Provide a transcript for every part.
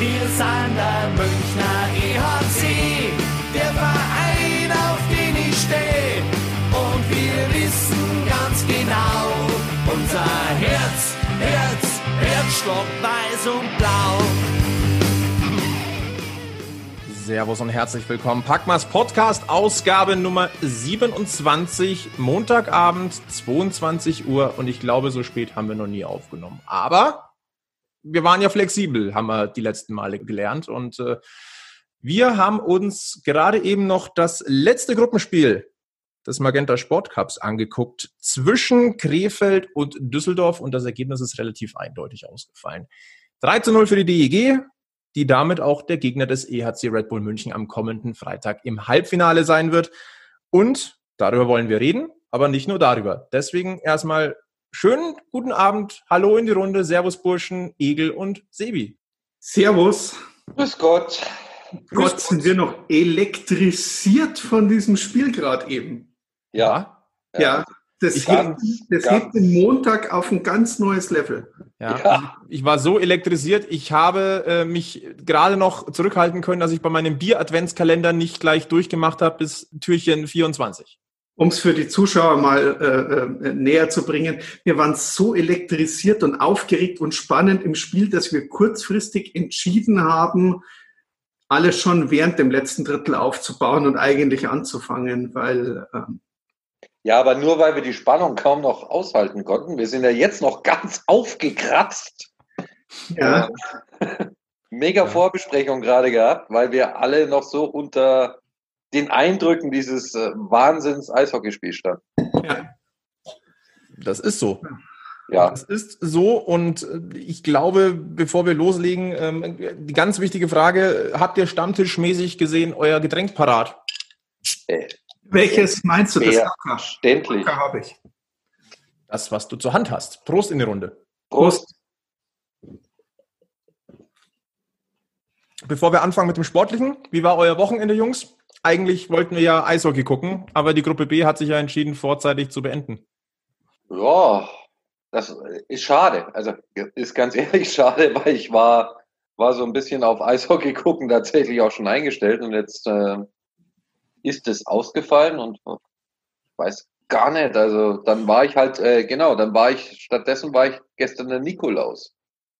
Wir sind der Münchner EHC, der Verein, auf den ich stehe. Und wir wissen ganz genau, unser Herzschlag weiß und blau. Servus und herzlich willkommen. Packmas Podcast, Ausgabe Nummer 27, Montagabend, 22 Uhr. Und ich glaube, so spät haben wir noch nie aufgenommen. Aber wir waren ja flexibel, haben wir die letzten Male gelernt. Und wir haben uns gerade eben noch das letzte Gruppenspiel des Magenta Sport Cups angeguckt zwischen Krefeld und Düsseldorf. Und das Ergebnis ist relativ eindeutig ausgefallen. 3:0 für die DEG, die damit auch der Gegner des EHC Red Bull München am kommenden Freitag im Halbfinale sein wird. Und darüber wollen wir reden, aber nicht nur darüber. Deswegen erstmal schönen guten Abend, hallo in die Runde, Servus Burschen, Egel und Sebi. Servus. Grüß Gott. Gott, sind wir noch elektrisiert von diesem Spiel gerade eben. Ja. Das hebt den Montag auf ein ganz neues Level. Ja. Ich war so elektrisiert, ich habe mich gerade noch zurückhalten können, dass ich bei meinem Bier-Adventskalender nicht gleich durchgemacht habe bis Türchen 24. Um es für die Zuschauer mal näher zu bringen, wir waren so elektrisiert und aufgeregt und spannend im Spiel, dass wir kurzfristig entschieden haben, alles schon während dem letzten Drittel aufzubauen und eigentlich anzufangen, weil... Ja, aber nur weil wir die Spannung kaum noch aushalten konnten. Wir sind ja jetzt noch ganz aufgekratzt. Ja. Mega Vorbesprechung gerade gehabt, weil wir alle noch so unter den Eindrücken dieses Wahnsinns-Eishockeyspiels standen. Ja. Das ist so. Ja. Das ist so und ich glaube, bevor wir loslegen, die ganz wichtige Frage, habt ihr stammtischmäßig gesehen euer Getränk parat? Welches meinst du? Das Verständlich. habe ich. Das, was du zur Hand hast. Prost in die Runde. Prost. Bevor wir anfangen mit dem Sportlichen, wie war euer Wochenende, Jungs? Eigentlich wollten wir ja Eishockey gucken, aber die Gruppe B hat sich ja entschieden, vorzeitig zu beenden. Ja, das ist schade. Also ist ganz ehrlich schade, weil ich war so ein bisschen auf Eishockey gucken tatsächlich auch schon eingestellt und jetzt ist es ausgefallen und ich weiß gar nicht. Also dann war ich halt, stattdessen war ich gestern der Nikolaus.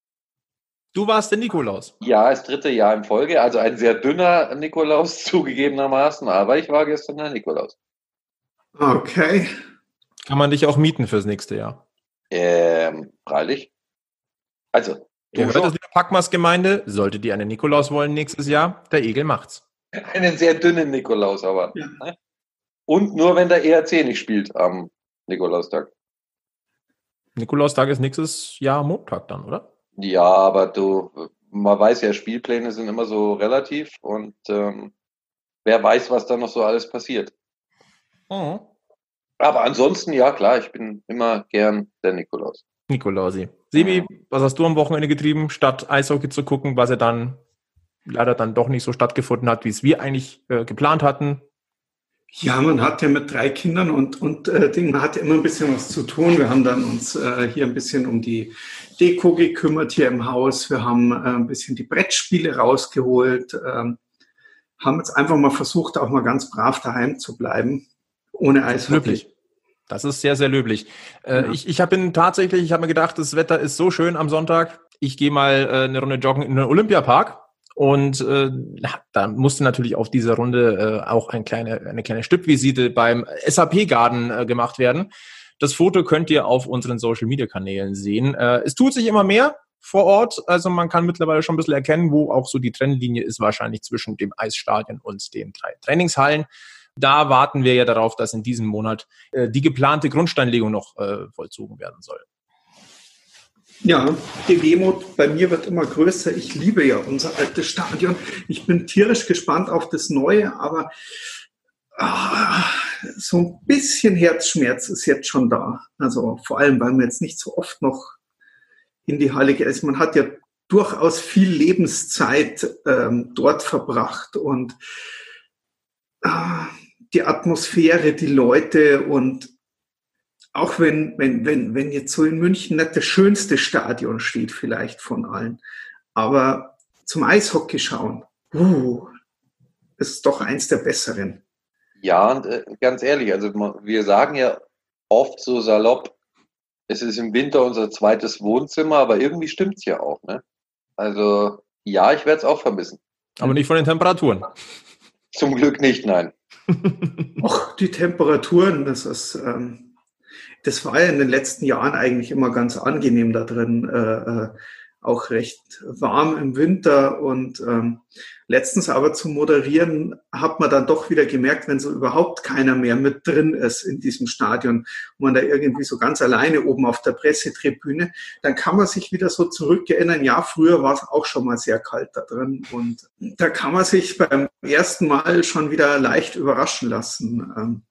Du warst der Nikolaus? Ja, das 3. Jahr in Folge, also ein sehr dünner Nikolaus zugegebenermaßen, aber ich war gestern der Nikolaus. Okay. Kann man dich auch mieten fürs nächste Jahr? Freilich. Also, Ihr hört das, liebe Packmas-Gemeinde, solltet ihr einen Nikolaus wollen nächstes Jahr, der Egel macht's. Einen sehr dünnen Nikolaus, aber. Ja. Ne? Und nur, wenn der ERC nicht spielt am Nikolaustag. Nikolaustag ist nächstes Jahr Montag dann, oder? Ja, aber man weiß ja, Spielpläne sind immer so relativ und wer weiß, was da noch so alles passiert. Oh. Aber ansonsten, ja klar, ich bin immer gern der Nikolaus. Nikolausi. Sebi, was hast du am Wochenende getrieben, statt Eishockey zu gucken, was ja dann leider dann doch nicht so stattgefunden hat, wie es wir eigentlich geplant hatten? Ja, man hat ja mit 3 Kindern und man hat ja immer ein bisschen was zu tun. Wir haben dann uns hier ein bisschen um die Deko gekümmert hier im Haus. Wir haben ein bisschen die Brettspiele rausgeholt. Haben jetzt einfach mal versucht, auch mal ganz brav daheim zu bleiben, ohne Eishockey. Löblich. Das ist sehr, sehr löblich. Ja. Ich habe mir gedacht, das Wetter ist so schön am Sonntag. Ich gehe mal eine Runde joggen in den Olympiapark. Und da musste natürlich auf dieser Runde auch eine kleine Stippvisite beim SAP-Garden gemacht werden. Das Foto könnt ihr auf unseren Social-Media-Kanälen sehen. Es tut sich immer mehr vor Ort. Also man kann mittlerweile schon ein bisschen erkennen, wo auch so die Trennlinie ist, wahrscheinlich zwischen dem Eisstadion und den 3 Trainingshallen. Da warten wir ja darauf, dass in diesem Monat die geplante Grundsteinlegung noch vollzogen werden soll. Ja, die Wehmut bei mir wird immer größer. Ich liebe ja unser altes Stadion. Ich bin tierisch gespannt auf das Neue, aber so ein bisschen Herzschmerz ist jetzt schon da. Also vor allem, weil man jetzt nicht so oft noch in die Halle geht. Also man hat ja durchaus viel Lebenszeit dort verbracht und die Atmosphäre, die Leute und auch wenn jetzt so in München nicht das schönste Stadion steht vielleicht von allen, aber zum Eishockey schauen, ist doch eins der besseren. Ja, und ganz ehrlich, also wir sagen ja oft so salopp, es ist im Winter unser zweites Wohnzimmer, aber irgendwie stimmt's ja auch, ne? Also ja, ich werde es auch vermissen. Aber nicht von den Temperaturen. Zum Glück nicht, nein. Auch die Temperaturen, das war ja in den letzten Jahren eigentlich immer ganz angenehm da drin, auch recht warm im Winter und letztens aber zu moderieren, hat man dann doch wieder gemerkt, wenn so überhaupt keiner mehr mit drin ist in diesem Stadion, wo man da irgendwie so ganz alleine oben auf der Pressetribüne, dann kann man sich wieder so zurückerinnern, ja, früher war es auch schon mal sehr kalt da drin und da kann man sich beim ersten Mal schon wieder leicht überraschen lassen.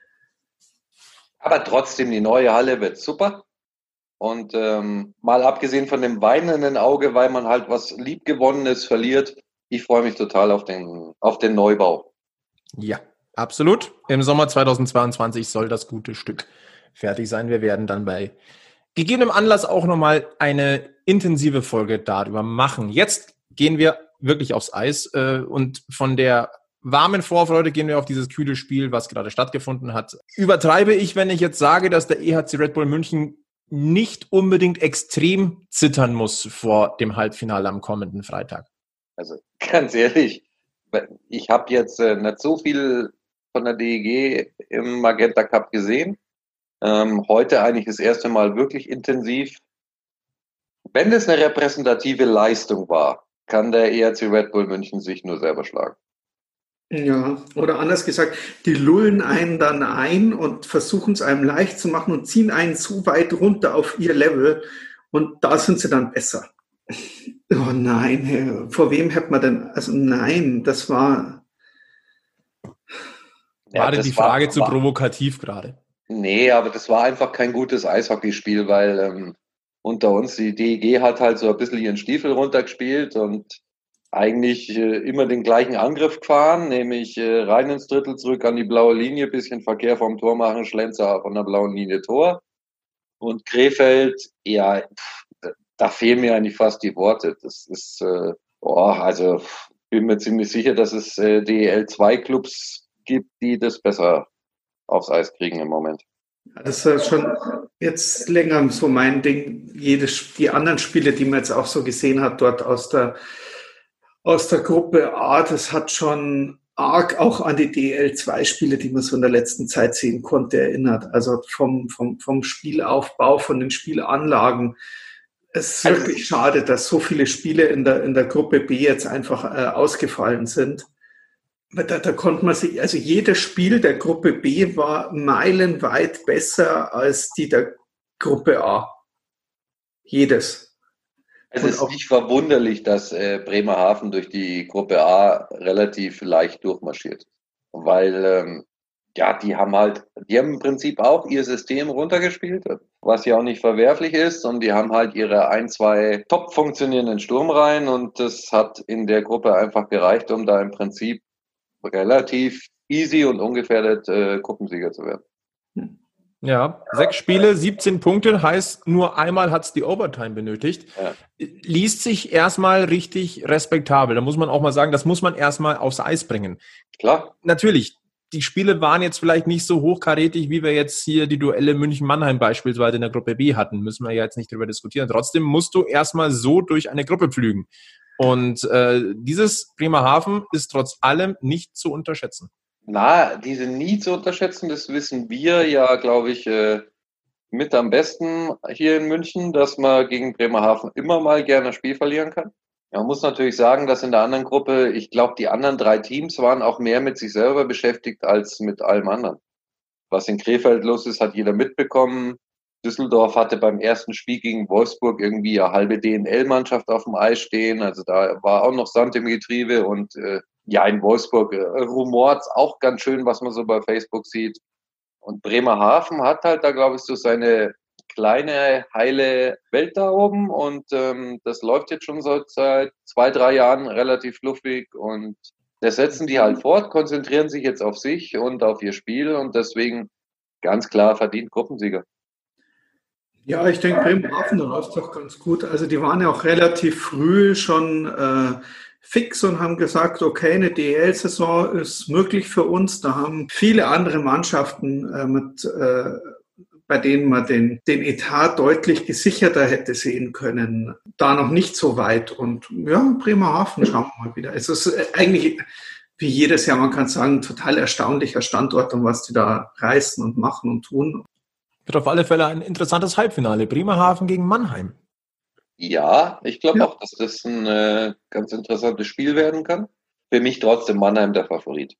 Aber trotzdem, die neue Halle wird super. Und mal abgesehen von dem weinenden Auge, weil man halt was Liebgewonnenes verliert, ich freue mich total auf den Neubau. Ja, absolut. Im Sommer 2022 soll das gute Stück fertig sein. Wir werden dann bei gegebenem Anlass auch nochmal eine intensive Folge darüber machen. Jetzt gehen wir wirklich aufs Eis und von der warmen Vorfreude gehen wir auf dieses kühle Spiel, was gerade stattgefunden hat. Übertreibe ich, wenn ich jetzt sage, dass der EHC Red Bull München nicht unbedingt extrem zittern muss vor dem Halbfinale am kommenden Freitag? Also ganz ehrlich, ich habe jetzt nicht so viel von der DEG im Magenta Cup gesehen. Heute eigentlich das erste Mal wirklich intensiv. Wenn es eine repräsentative Leistung war, kann der EHC Red Bull München sich nur selber schlagen. Ja, oder anders gesagt, die lullen einen dann ein und versuchen es einem leicht zu machen und ziehen einen so weit runter auf ihr Level und da sind sie dann besser. Oh nein, vor wem hätte man denn, also nein, das war... War denn die Frage zu provokativ gerade? Nee, aber das war einfach kein gutes Eishockeyspiel, weil unter uns, die DEG hat halt so ein bisschen ihren Stiefel runtergespielt und eigentlich immer den gleichen Angriff gefahren, nämlich rein ins Drittel, zurück an die blaue Linie, bisschen Verkehr vom Tor machen, Schlenzer von der blauen Linie Tor. Und Krefeld, ja, da fehlen mir eigentlich fast die Worte. Das ist, also bin mir ziemlich sicher, dass es DEL2-Clubs gibt, die das besser aufs Eis kriegen im Moment. Das ist schon jetzt länger so mein Ding. Die anderen Spiele, die man jetzt auch so gesehen hat, dort aus der Gruppe A, das hat schon arg auch an die DL2-Spiele, die man so in der letzten Zeit sehen konnte, erinnert. Also vom Spielaufbau, von den Spielanlagen. Es ist wirklich schade, dass so viele Spiele in der Gruppe B jetzt einfach ausgefallen sind. Da konnte man sich, also jedes Spiel der Gruppe B war meilenweit besser als die der Gruppe A. Jedes. Es ist nicht verwunderlich, dass Bremerhaven durch die Gruppe A relativ leicht durchmarschiert. Weil, die haben im Prinzip auch ihr System runtergespielt, was ja auch nicht verwerflich ist. Und die haben halt ihre 2 top funktionierenden Sturmreihen. Und das hat in der Gruppe einfach gereicht, um da im Prinzip relativ easy und ungefährdet Gruppensieger zu werden. Ja, 6 Spiele, 17 Punkte, heißt nur einmal hat es die Overtime benötigt. Ja. Liest sich erstmal richtig respektabel. Da muss man auch mal sagen, das muss man erstmal aufs Eis bringen. Klar. Natürlich, die Spiele waren jetzt vielleicht nicht so hochkarätig, wie wir jetzt hier die Duelle München-Mannheim beispielsweise in der Gruppe B hatten. Müssen wir ja jetzt nicht drüber diskutieren. Trotzdem musst du erstmal so durch eine Gruppe pflügen. Und dieses Bremerhaven ist trotz allem nicht zu unterschätzen. Na, die sind nie zu unterschätzen, das wissen wir ja, glaube ich, mit am besten hier in München, dass man gegen Bremerhaven immer mal gerne ein Spiel verlieren kann. Ja, man muss natürlich sagen, dass in der anderen Gruppe, ich glaube, die anderen 3 Teams waren auch mehr mit sich selber beschäftigt als mit allem anderen. Was in Krefeld los ist, hat jeder mitbekommen. Düsseldorf hatte beim ersten Spiel gegen Wolfsburg irgendwie eine halbe DNL-Mannschaft auf dem Eis stehen. Also da war auch noch Sand im Getriebe und in Wolfsburg rumort's auch ganz schön, was man so bei Facebook sieht. Und Bremerhaven hat halt da, glaube ich, so seine kleine, heile Welt da oben und das läuft jetzt schon seit 2-3 Jahren relativ fluffig und das setzen die halt fort, konzentrieren sich jetzt auf sich und auf ihr Spiel und deswegen ganz klar verdient Gruppensieger. Ja, ich denke, Bremerhaven, da läuft es doch ganz gut. Also die waren ja auch relativ früh schon fix und haben gesagt, okay, eine DEL-Saison ist möglich für uns. Da haben viele andere Mannschaften bei denen man den Etat deutlich gesicherter hätte sehen können, da noch nicht so weit. Und ja, Bremerhaven, schauen wir mal wieder. Es ist eigentlich wie jedes Jahr, man kann sagen, ein total erstaunlicher Standort und was die da reißen und machen und tun. Wird auf alle Fälle ein interessantes Halbfinale. Bremerhaven gegen Mannheim. Ja, ich glaube Ja. auch, dass das ein ganz interessantes Spiel werden kann. Für mich trotzdem Mannheim der Favorit.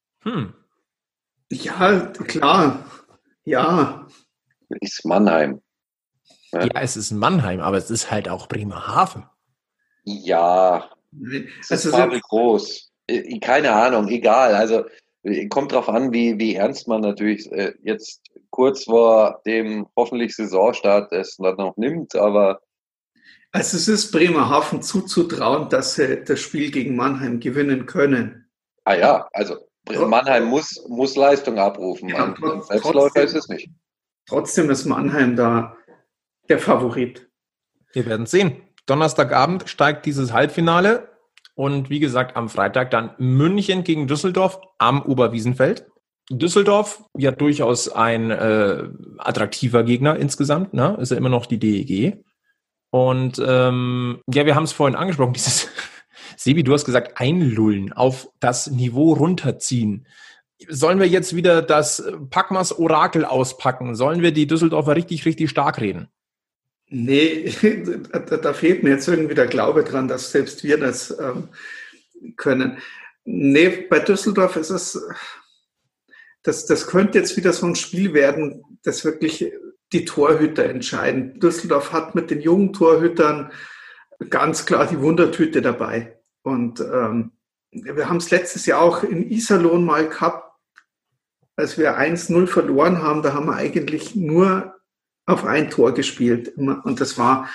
Ja, klar. Ja, Ist Mannheim. Ja, es ist Mannheim, aber es ist halt auch Bremerhaven. Ja, es ist also Fabel groß. Keine Ahnung, egal. Also kommt drauf an, wie ernst man natürlich jetzt kurz vor dem hoffentlich Saisonstart es dann noch nimmt. Aber es ist Bremerhaven zuzutrauen, dass sie das Spiel gegen Mannheim gewinnen können. ja, also Mannheim muss Leistung abrufen. Ja, Ein Selbstläufer ist es nicht. Trotzdem ist Mannheim da der Favorit. Wir werden sehen. Donnerstagabend steigt dieses Halbfinale und wie gesagt am Freitag dann München gegen Düsseldorf am Oberwiesenfeld. Düsseldorf ja durchaus ein attraktiver Gegner insgesamt, ne? Ist ja immer noch die DEG. Und ja, wir haben es vorhin angesprochen, dieses Sebi, du hast gesagt, einlullen, auf das Niveau runterziehen. Sollen wir jetzt wieder das Packmas Orakel auspacken? Sollen wir die Düsseldorfer richtig, richtig stark reden? Nee, da fehlt mir jetzt irgendwie der Glaube dran, dass selbst wir das können. Nee, bei Düsseldorf ist es, das könnte jetzt wieder so ein Spiel werden, das wirklich die Torhüter entscheiden. Düsseldorf hat mit den jungen Torhütern ganz klar die Wundertüte dabei. Und wir haben es letztes Jahr auch in Iserlohn mal gehabt, als wir 1-0 verloren haben, da haben wir eigentlich nur auf ein Tor gespielt. Und das war,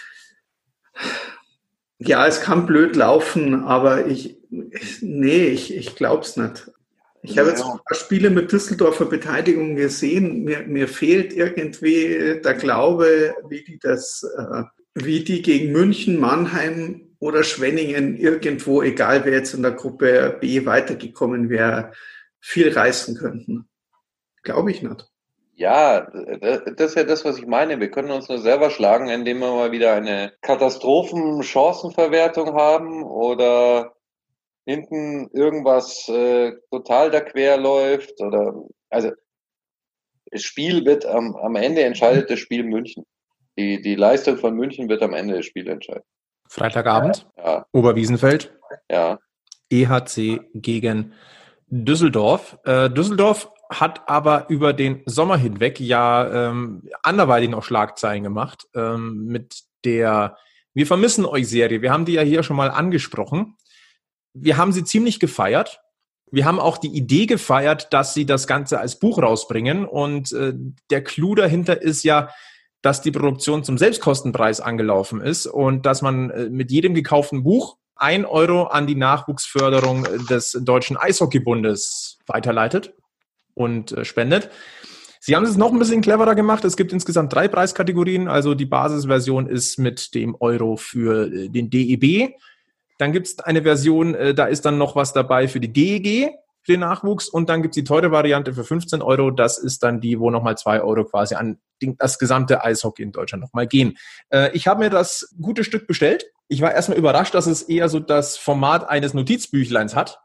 ja, es kann blöd laufen, aber ich glaube es nicht. Ich habe jetzt ein paar Spiele mit Düsseldorfer Beteiligung gesehen. Mir fehlt irgendwie der Glaube, wie die gegen München, Mannheim oder Schwenningen irgendwo, egal wer jetzt in der Gruppe B weitergekommen wäre, viel reißen könnten. Glaube ich nicht. Ja, das ist ja das, was ich meine. Wir können uns nur selber schlagen, indem wir mal wieder eine Katastrophen-Chancenverwertung haben oder hinten irgendwas total da quer läuft. Also das Spiel wird am Ende entscheidet das Spiel München. Die Leistung von München wird am Ende das Spiel entscheiden. Freitagabend, Ja, Oberwiesenfeld, ja. EHC gegen Düsseldorf. Düsseldorf hat aber über den Sommer hinweg ja anderweitig noch Schlagzeilen gemacht mit der Wir vermissen euch Serie. Wir haben die ja hier schon mal angesprochen. Wir haben sie ziemlich gefeiert. Wir haben auch die Idee gefeiert, dass sie das Ganze als Buch rausbringen. Und der Clou dahinter ist ja, dass die Produktion zum Selbstkostenpreis angelaufen ist und dass man mit jedem gekauften Buch 1 Euro an die Nachwuchsförderung des Deutschen Eishockeybundes weiterleitet und spendet. Sie haben es noch ein bisschen cleverer gemacht. Es gibt insgesamt 3 Preiskategorien. Also die Basisversion ist mit dem Euro für den DEB. Dann gibt es eine Version, da ist dann noch was dabei für die DEG, für den Nachwuchs. Und dann gibt es die teure Variante für 15 Euro. Das ist dann die, wo nochmal 2 Euro quasi an das gesamte Eishockey in Deutschland nochmal gehen. Ich habe mir das gute Stück bestellt. Ich war erstmal überrascht, dass es eher so das Format eines Notizbüchleins hat.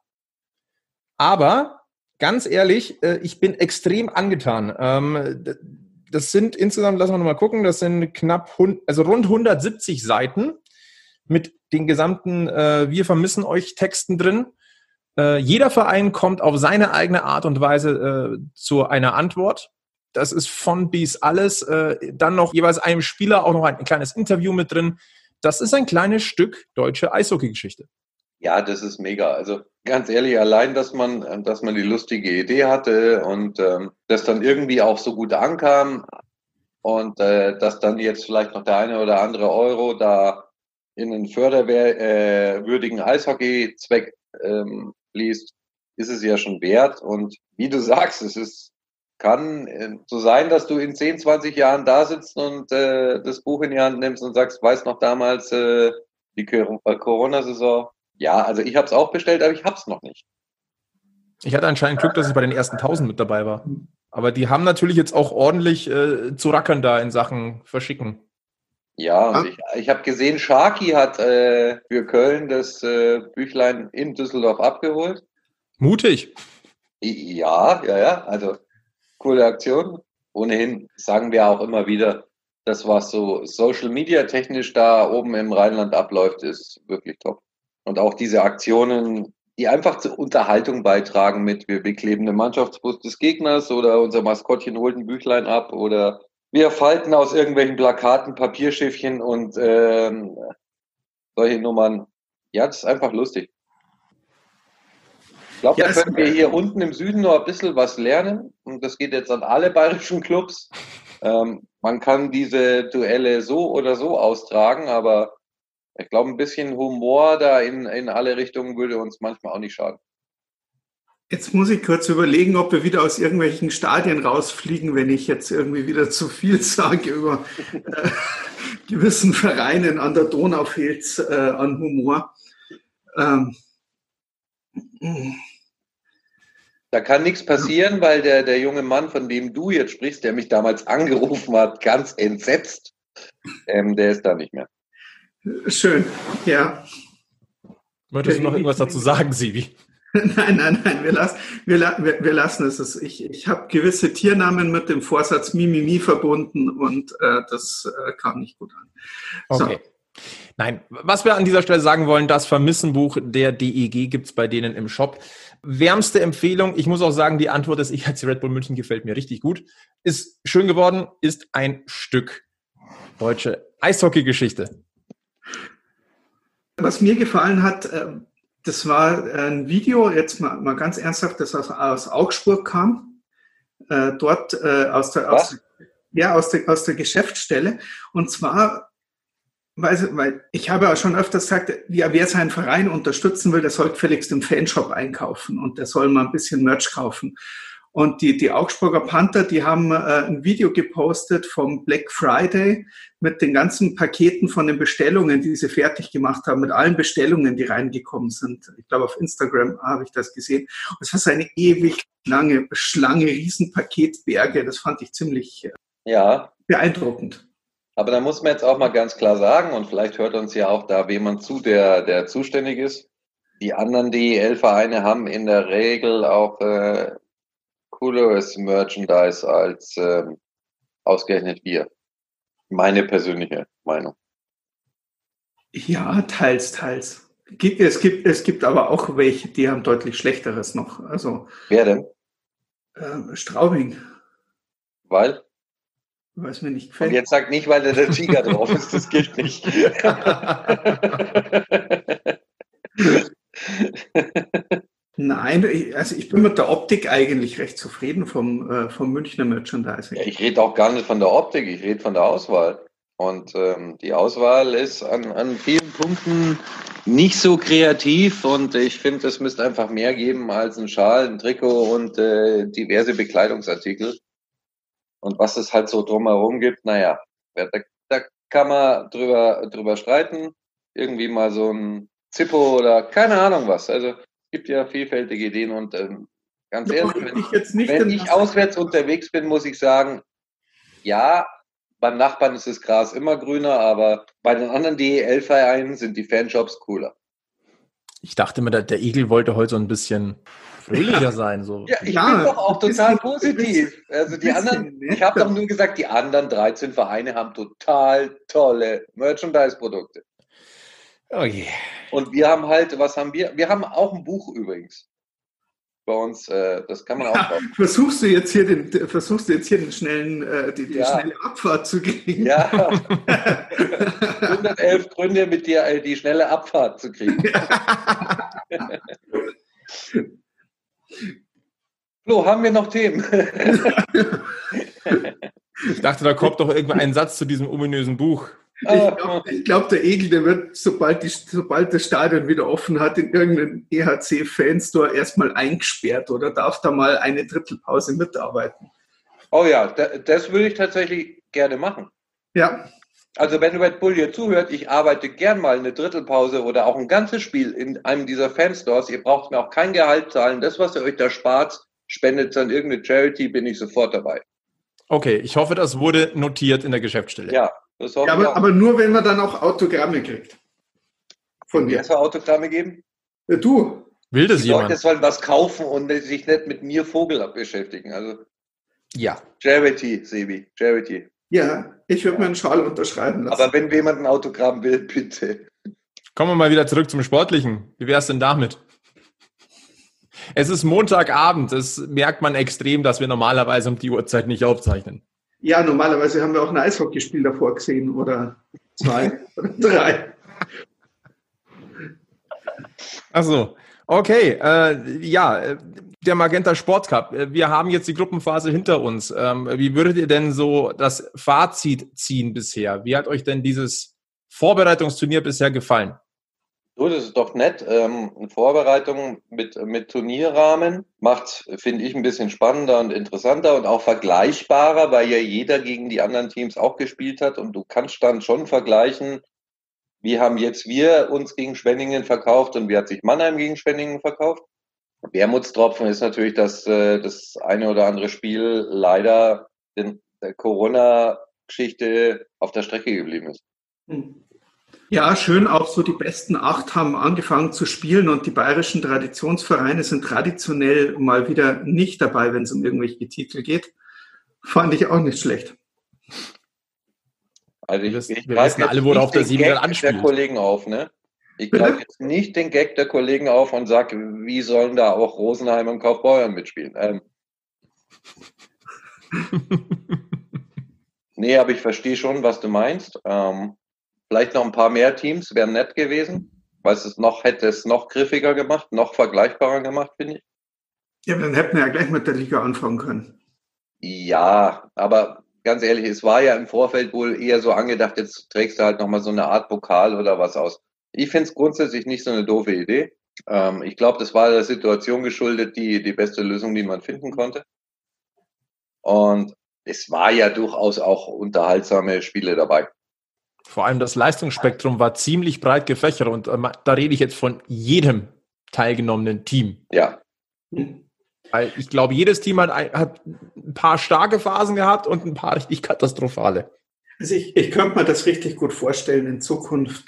Aber ganz ehrlich, ich bin extrem angetan. Das sind insgesamt, lassen wir nochmal gucken, das sind rund 170 Seiten mit den gesamten Wir vermissen euch Texten drin. Jeder Verein kommt auf seine eigene Art und Weise zu einer Antwort. Das ist von bis alles. Dann noch jeweils einem Spieler auch noch ein kleines Interview mit drin. Das ist ein kleines Stück deutsche Eishockey-Geschichte. Ja, das ist mega. Also ganz ehrlich, allein, dass man die lustige Idee hatte und das dann irgendwie auch so gut ankam und dass dann jetzt vielleicht noch der eine oder andere Euro da in einen förderwürdigen Eishockey-Zweck fließt, ist es ja schon wert. Und wie du sagst, es ist kann so sein, dass du in 10, 20 Jahren da sitzt und das Buch in die Hand nimmst und sagst, weiß noch damals die Corona-Saison. Ja, also ich habe es auch bestellt, aber ich habe es noch nicht. Ich hatte anscheinend Glück, dass ich bei den ersten 1000 mit dabei war. Aber die haben natürlich jetzt auch ordentlich zu rackern da in Sachen Verschicken. Ja, und ich habe gesehen, Sharky hat für Köln das Büchlein in Düsseldorf abgeholt. Mutig. Ja, also coole Aktion. Ohnehin sagen wir auch immer wieder, das, was so Social Media technisch da oben im Rheinland abläuft, ist wirklich top. Und auch diese Aktionen, die einfach zur Unterhaltung beitragen mit, wir bekleben den Mannschaftsbus des Gegners oder unser Maskottchen holt ein Büchlein ab oder wir falten aus irgendwelchen Plakaten Papierschiffchen und solche Nummern. Ja, das ist einfach lustig. Ich glaube, da können wir hier unten im Süden noch ein bisschen was lernen. Und das geht jetzt an alle bayerischen Clubs. Man kann diese Duelle so oder so austragen, aber ich glaube, ein bisschen Humor da in alle Richtungen würde uns manchmal auch nicht schaden. Jetzt muss ich kurz überlegen, ob wir wieder aus irgendwelchen Stadien rausfliegen, wenn ich jetzt irgendwie wieder zu viel sage über gewissen Vereinen. An der Donau fehlt es an Humor. Da kann nichts passieren, weil der junge Mann, von dem du jetzt sprichst, der mich damals angerufen hat, ganz entsetzt, der ist da nicht mehr. Schön, ja. Möchtest du noch irgendwas dazu sagen, Sibi? Nein, wir lassen es. Ich habe gewisse Tiernamen mit dem Vorsatz Mimimi verbunden und das kam nicht gut an. Okay. So. Nein, was wir an dieser Stelle sagen wollen, das Vermissenbuch der DEG gibt es bei denen im Shop. Wärmste Empfehlung, ich muss auch sagen, die Antwort des EHC Red Bull München gefällt mir richtig gut. Ist schön geworden, ist ein Stück deutsche Eishockey-Geschichte. Was mir gefallen hat, das war ein Video, jetzt mal ganz ernsthaft, das aus Augsburg kam, dort aus der Geschäftsstelle. Und zwar, weil ich habe ja schon öfters gesagt, ja, wer seinen Verein unterstützen will, der soll gefälligst im Fanshop einkaufen und der soll mal ein bisschen Merch kaufen. Und die Augsburger Panther, die haben ein Video gepostet vom Black Friday mit den ganzen Paketen von den Bestellungen, die sie fertig gemacht haben, mit allen Bestellungen, die reingekommen sind. Ich glaube, auf Instagram habe ich das gesehen. Und es war so eine ewig lange Schlange, Riesenpaketberge. Das fand ich ziemlich beeindruckend. Aber da muss man jetzt auch mal ganz klar sagen, und vielleicht hört uns ja auch da jemand zu, der zuständig ist. Die anderen DEL-Vereine haben in der Regel auch cooleres Merchandise als ausgerechnet wir. Meine persönliche Meinung. Ja, teils. Es gibt aber auch welche, die haben deutlich Schlechteres noch. Also, wer denn? Straubing. Weil? Weil es mir nicht gefällt. Und jetzt sagt nicht, weil da der Tiger drauf ist, das gilt nicht. Nein, ich bin mit der Optik eigentlich recht zufrieden vom Münchner Merchandising. Ja, ich rede auch gar nicht von der Optik, ich rede von der Auswahl. Und die Auswahl ist an vielen Punkten nicht so kreativ und ich finde, es müsste einfach mehr geben als ein Schal, ein Trikot und diverse Bekleidungsartikel. Und was es halt so drumherum gibt, naja, da kann man drüber streiten. Irgendwie mal so ein Zippo oder keine Ahnung was. Also gibt ja vielfältige Ideen und ganz ehrlich, wenn ich auswärts unterwegs bin, muss ich sagen, ja, beim Nachbarn ist das Gras immer grüner, aber bei den anderen DEL-Vereinen sind die Fanshops cooler. Ich dachte mir, der Igel wollte heute so ein bisschen fröhlicher sein. So. Ja, ich bin doch auch total positiv. Also die anderen, ich habe doch nur gesagt, die anderen 13 Vereine haben total tolle Merchandise-Produkte. Oh je. Und wir haben halt, was haben wir? Wir haben auch ein Buch übrigens. Bei uns, das kann man auch kaufen. Versuchst du jetzt hier den schnellen, die schnelle Abfahrt zu kriegen? Ja. 111 Gründe, mit dir die schnelle Abfahrt zu kriegen. Flo, haben wir noch Themen? Ich dachte, da kommt doch irgendwann ein Satz zu diesem ominösen Buch. Ich glaube, der Egel, der wird, sobald das Stadion wieder offen hat, in irgendeinen EHC-Fanstore erstmal eingesperrt oder darf da mal eine Drittelpause mitarbeiten. Oh ja, das würde ich tatsächlich gerne machen. Ja. Also wenn Red Bull hier zuhört, ich arbeite gern mal eine Drittelpause oder auch ein ganzes Spiel in einem dieser Fanstores. Ihr braucht mir auch kein Gehalt zahlen. Das, was ihr euch da spart, spendet an irgendeine Charity, bin ich sofort dabei. Okay, ich hoffe, das wurde notiert in der Geschäftsstelle. Ja, das hoffe Ja, ich auch. aber nur, wenn man dann auch Autogramme kriegt. Von Wer mir. soll Autogramme geben? Du. Will das Die Leute jemand? sollen was kaufen und sich nicht mit mir Vogel beschäftigen. Also Ja. Charity, Sebi, Charity. Ja, ich würde mir einen Schal unterschreiben lassen. Aber wenn jemand ein Autogramm will, bitte. Kommen wir mal wieder zurück zum Sportlichen. Wie wär's denn damit? Es ist Montagabend. Das merkt man extrem, dass wir normalerweise um die Uhrzeit nicht aufzeichnen. Ja, normalerweise haben wir auch ein Eishockeyspiel davor gesehen oder 2 oder 3. Ach so. Okay, der Magenta Sport Cup. Wir haben jetzt die Gruppenphase hinter uns. Wie würdet ihr denn so das Fazit ziehen bisher? Wie hat euch denn dieses Vorbereitungsturnier bisher gefallen? So, das ist doch nett. Eine Vorbereitung mit Turnierrahmen macht, finde ich, ein bisschen spannender und interessanter und auch vergleichbarer, weil ja jeder gegen die anderen Teams auch gespielt hat und du kannst dann schon vergleichen, wie haben jetzt wir uns gegen Schwenningen verkauft und wie hat sich Mannheim gegen Schwenningen verkauft. Wermutstropfen ist natürlich, dass das eine oder andere Spiel leider der Corona-Geschichte auf der Strecke geblieben ist. Ja, schön, auch so die besten 8 haben angefangen zu spielen und die bayerischen Traditionsvereine sind traditionell mal wieder nicht dabei, wenn es um irgendwelche Titel geht. Fand ich auch nicht schlecht. Also Wir ich wissen alle, worauf der Sieben Gag anspielt. der Kollegen auf, ne? Ich greife jetzt nicht den Gag der Kollegen auf und sage, wie sollen da auch Rosenheim und Kaufbeuren mitspielen? Nee, aber ich verstehe schon, was du meinst. Vielleicht noch ein paar mehr Teams wären nett gewesen, weil hätte es noch griffiger gemacht, noch vergleichbarer gemacht, finde ich. Ja, dann hätten wir ja gleich mit der Liga anfangen können. Ja, aber ganz ehrlich, es war ja im Vorfeld wohl eher so angedacht, jetzt trägst du halt nochmal so eine Art Pokal oder was aus. Ich finde es grundsätzlich nicht so eine doofe Idee. Ich glaube, das war der Situation geschuldet, die beste Lösung, die man finden konnte. Und es war ja durchaus auch unterhaltsame Spiele dabei. Vor allem das Leistungsspektrum war ziemlich breit gefächert und da rede ich jetzt von jedem teilgenommenen Team. Ja. Weil ich glaube, jedes Team hat ein paar starke Phasen gehabt und ein paar richtig katastrophale. Also ich könnte mir das richtig gut vorstellen, in Zukunft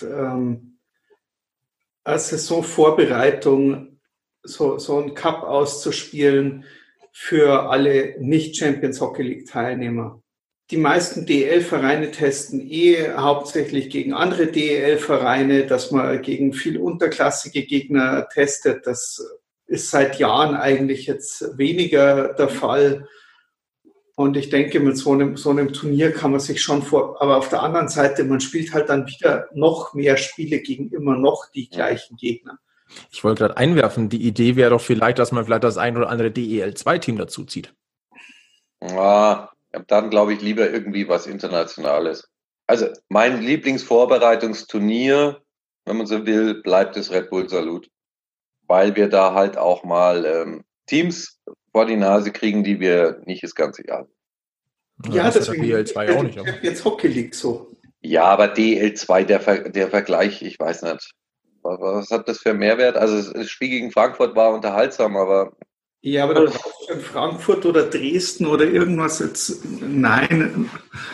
als Saisonvorbereitung so einen Cup auszuspielen für alle Nicht-Champions Hockey League Teilnehmer. Die meisten DEL-Vereine testen hauptsächlich gegen andere DEL-Vereine, dass man gegen viel unterklassige Gegner testet. Das ist seit Jahren eigentlich jetzt weniger der Fall. Und ich denke, mit so einem Turnier kann man sich schon aber auf der anderen Seite, man spielt halt dann wieder noch mehr Spiele gegen immer noch die gleichen Gegner. Ich wollte gerade einwerfen, die Idee wäre doch vielleicht, dass man vielleicht das ein oder andere DEL2-Team dazu zieht. Ja, dann glaube ich lieber irgendwie was Internationales. Also mein Lieblingsvorbereitungsturnier, wenn man so will, bleibt das Red Bull Salute. Weil wir da halt auch mal Teams vor die Nase kriegen, die wir nicht das ganze Jahr. Ja, das ist der DEL2 auch nicht. Aber. Jetzt Hockey League so. Ja, aber DL2, der Vergleich, ich weiß nicht. Was hat das für Mehrwert? Also das Spiel gegen Frankfurt war unterhaltsam, aber... Ja, aber da brauchst du in Frankfurt oder Dresden oder irgendwas jetzt... Nein,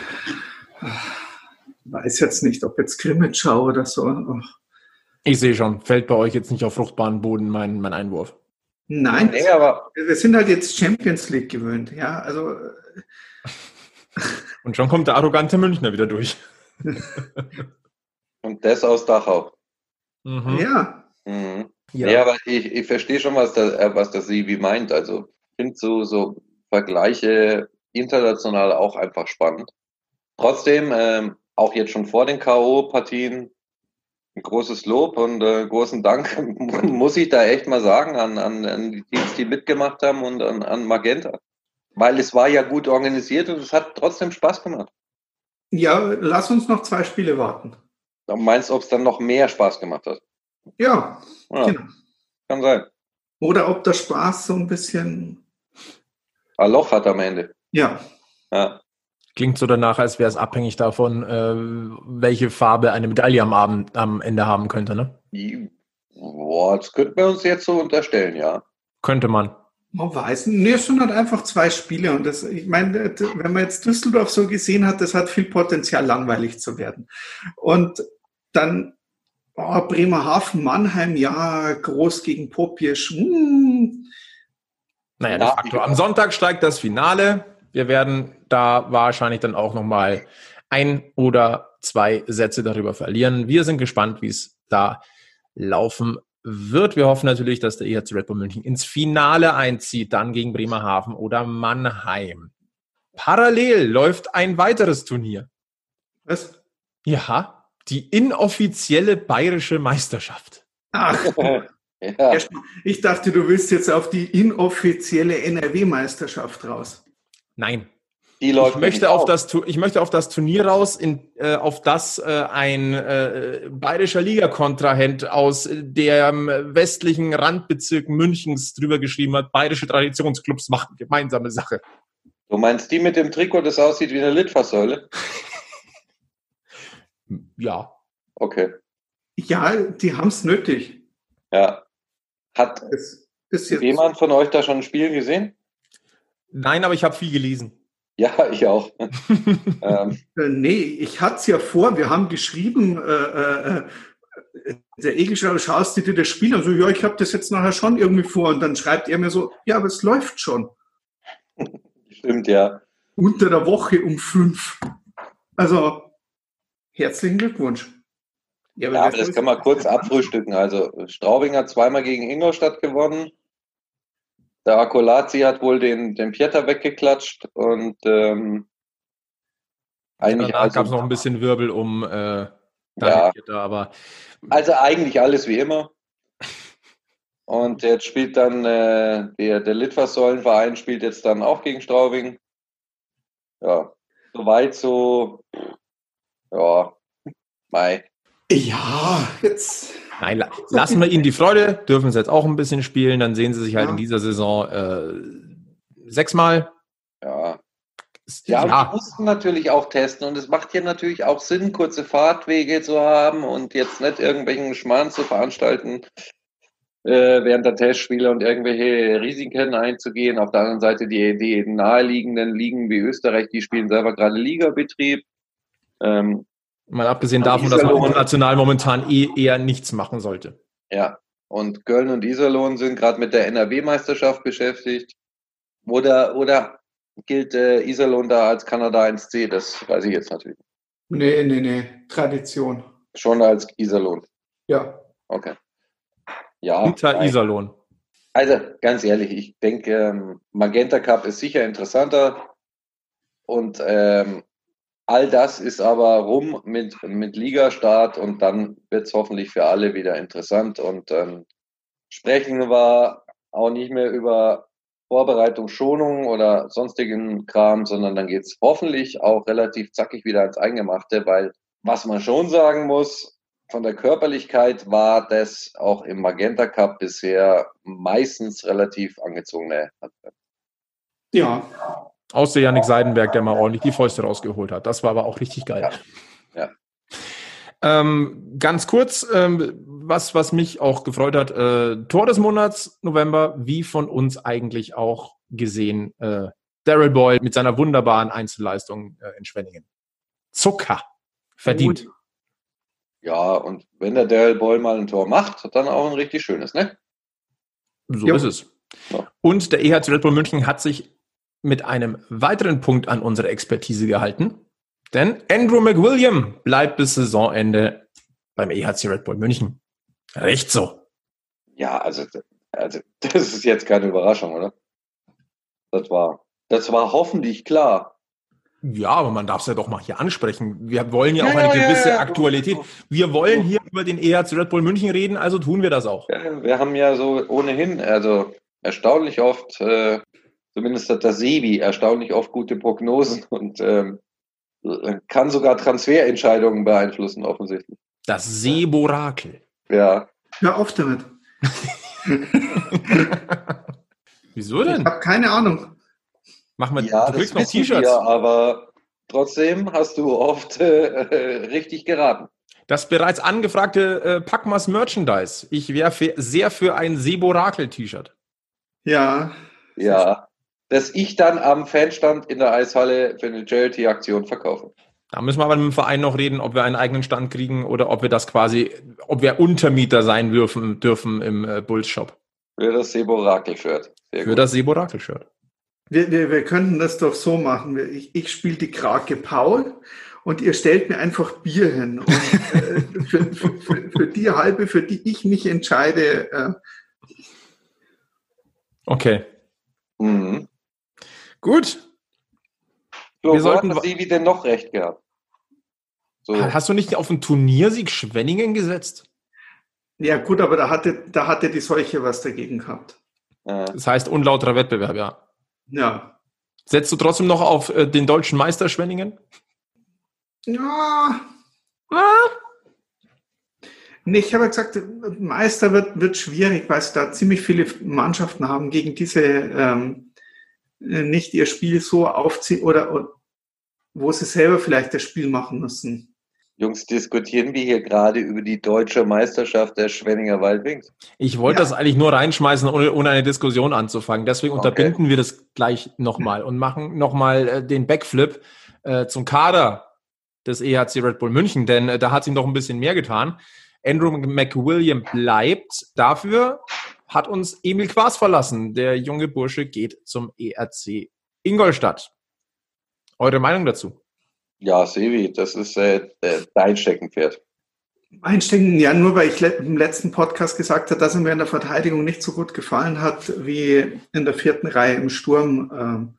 weiß jetzt nicht, ob jetzt Grimmitschau oder so. Ich sehe schon, fällt bei euch jetzt nicht auf fruchtbaren Boden mein Einwurf. Nein, nee, aber wir sind halt jetzt Champions League gewöhnt, ja, also... Und schon kommt der arrogante Münchner wieder durch. Und das aus Dachau. Mhm. Ja. Mhm. Ja. Ja, aber ich verstehe schon, was der Sivi meint. Also ich finde so Vergleiche international auch einfach spannend. Trotzdem, auch jetzt schon vor den K.O.-Partien, ein großes Lob und großen Dank muss ich da echt mal sagen an die Teams, die mitgemacht haben und an Magenta. Weil es war ja gut organisiert und es hat trotzdem Spaß gemacht. Ja, lass uns noch 2 Spiele warten. Du meinst, ob es dann noch mehr Spaß gemacht hat? Ja, Ja, genau. kann sein. Oder ob der Spaß so ein bisschen... Ein Loch hat am Ende. Ja. Ja. Klingt so danach, als wäre es abhängig davon, welche Farbe eine Medaille am Ende haben könnte, ne? Boah, das könnten wir uns jetzt so unterstellen, ja. Könnte man. Man weiß, nee, es sind halt einfach 2 Spiele und das, ich meine, wenn man jetzt Düsseldorf so gesehen hat, das hat viel Potenzial, langweilig zu werden. Und dann Bremerhaven, Mannheim, ja, groß gegen Popiesch. Naja, de facto. Am Sonntag steigt das Finale. Wir werden da wahrscheinlich dann auch nochmal 1 oder 2 Sätze darüber verlieren. Wir sind gespannt, wie es da laufen wird. Wir hoffen natürlich, dass der EHC Red Bull München ins Finale einzieht, dann gegen Bremerhaven oder Mannheim. Parallel läuft ein weiteres Turnier. Was? Ja, die inoffizielle bayerische Meisterschaft. Ach, Ja. ich dachte, du willst jetzt auf die inoffizielle NRW-Meisterschaft raus. Nein. Die Ich läuft möchte nicht auf das Turnier raus, auf das ein bayerischer Ligakontrahent aus dem westlichen Randbezirk Münchens drüber geschrieben hat, bayerische Traditionsclubs machen gemeinsame Sache. Du meinst die mit dem Trikot, das aussieht wie eine Litfaßsäule? Ja. Okay. Ja, die haben es nötig. Ja. Hat Es ist jetzt, jemand von euch da schon ein Spiel gesehen? Nein, aber ich habe viel gelesen. Ja, ich auch. nee, ich hatte es ja vor, wir haben geschrieben, der Egelschau, schaust du dir das Spiel an? So, ja, ich habe das jetzt nachher schon irgendwie vor. Und dann schreibt er mir so, ja, aber es läuft schon. Stimmt, ja. Unter der Woche um 5. Also, herzlichen Glückwunsch. Ja, aber das kann man kurz abfrühstücken. Also Straubing hat 2-mal gegen Ingolstadt gewonnen. Der Akolazzi hat wohl den Pieter weggeklatscht und eigentlich Danach gab es noch ein bisschen Wirbel um ja. Pieter, aber also eigentlich alles wie immer. Und jetzt spielt dann der Litfaßsäulenverein spielt jetzt dann auch gegen Straubing. Ja, soweit so. Ja, Mai. Ja, jetzt. nein, lassen wir ihnen die Freude, dürfen sie jetzt auch ein bisschen spielen, dann sehen sie sich halt in dieser Saison 6-mal. Ja. Ja, und die mussten natürlich auch testen und es macht hier natürlich auch Sinn, kurze Fahrtwege zu haben und jetzt nicht irgendwelchen Schmarrn zu veranstalten während der Testspiele und irgendwelche Risiken einzugehen. Auf der anderen Seite die naheliegenden Ligen wie Österreich, die spielen selber gerade Ligabetrieb. Mal abgesehen davon, dass man international momentan eher nichts machen sollte. Ja, und Köln und Iserlohn sind gerade mit der NRW-Meisterschaft beschäftigt. Oder gilt Iserlohn da als Kanada 1C? Das weiß ich jetzt natürlich nicht. Nee. Tradition. Schon als Iserlohn. Ja. Okay. Ja. Hinter Iserlohn. Also, ganz ehrlich, ich denke, Magenta Cup ist sicher interessanter. Und all das ist aber rum mit Ligastart und dann wird es hoffentlich für alle wieder interessant. Und sprechen wir auch nicht mehr über Vorbereitung, Schonung oder sonstigen Kram, sondern dann geht es hoffentlich auch relativ zackig wieder ans Eingemachte, weil was man schon sagen muss, von der Körperlichkeit war das auch im Magenta Cup bisher meistens relativ angezogene Handball. Ja. Außer Jannik Seidenberg, der mal ordentlich die Fäuste rausgeholt hat. Das war aber auch richtig geil. Ja. Ganz kurz, was mich auch gefreut hat, Tor des Monats November, wie von uns eigentlich auch gesehen, Daryl Boyle mit seiner wunderbaren Einzelleistung in Schwenningen. Zucker. Verdient. Ja, und wenn der Daryl Boyle mal ein Tor macht, dann auch ein richtig schönes, ne? So ist es. Ja. Und der EHC Red Bull München hat sich mit einem weiteren Punkt an unsere Expertise gehalten. Denn Andrew McWilliam bleibt bis Saisonende beim EHC Red Bull München. Recht so. Ja, also das ist jetzt keine Überraschung, oder? Das war hoffentlich klar. Ja, aber man darf es ja doch mal hier ansprechen. Wir wollen ja auch eine gewisse Aktualität. Wir wollen hier über den EHC Red Bull München reden, also tun wir das auch. Ja, wir haben ja so ohnehin, also erstaunlich oft, zumindest hat der Sebi erstaunlich oft gute Prognosen und kann sogar Transferentscheidungen beeinflussen, offensichtlich. Das Seborakel. Ja. Hör auf damit. Wieso denn? Ich habe keine Ahnung. Mach mal, Ja, du das kriegst noch wissen T-Shirts. wir, aber trotzdem hast du oft richtig geraten. Das bereits angefragte Packmas Merchandise. Ich wäre sehr für ein Seborakel-T-Shirt. Ja, Ja, dass ich dann am Fanstand in der Eishalle für eine Charity-Aktion verkaufe. Da müssen wir aber mit dem Verein noch reden, ob wir einen eigenen Stand kriegen oder ob wir das quasi, ob wir Untermieter sein dürfen im Bulls-Shop. Für das Seborakel-Shirt. Sehr Für gut. das Seborakel-Shirt. wir könnten das doch so machen. Ich spiele die Krake Paul und ihr stellt mir einfach Bier hin. Und für die halbe, für die ich mich entscheide. Okay, Mhm. gut. So, Wir wo sollten- hat Sevi denn noch recht gehabt? So. Hast du nicht auf den Turniersieg Schwenningen gesetzt? Ja gut, aber da hatte die Seuche was dagegen gehabt. Das heißt unlauterer Wettbewerb, ja. Ja. Setzt du trotzdem noch auf den deutschen Meister Schwenningen? Ja. Nee, ich habe gesagt, Meister wird schwierig, weil es da ziemlich viele Mannschaften haben, gegen diese nicht ihr Spiel so aufziehen oder wo sie selber vielleicht das Spiel machen müssen. Jungs, diskutieren wir hier gerade über die deutsche Meisterschaft der Schwenninger Wildwings? Ich wollte Ja. das eigentlich nur reinschmeißen, ohne eine Diskussion anzufangen. Deswegen Okay. unterbinden wir das gleich nochmal und machen nochmal den Backflip zum Kader des EHC Red Bull München, denn da hat sich noch ein bisschen mehr getan. Andrew McWilliam bleibt. Dafür hat uns Emil Quas verlassen. Der junge Bursche geht zum ERC Ingolstadt. Eure Meinung dazu? Ja, Sevi, das ist dein Steckenpferd. Einstecken, ja, nur weil ich im letzten Podcast gesagt habe, dass er mir in der Verteidigung nicht so gut gefallen hat wie in der 4. Reihe im Sturm.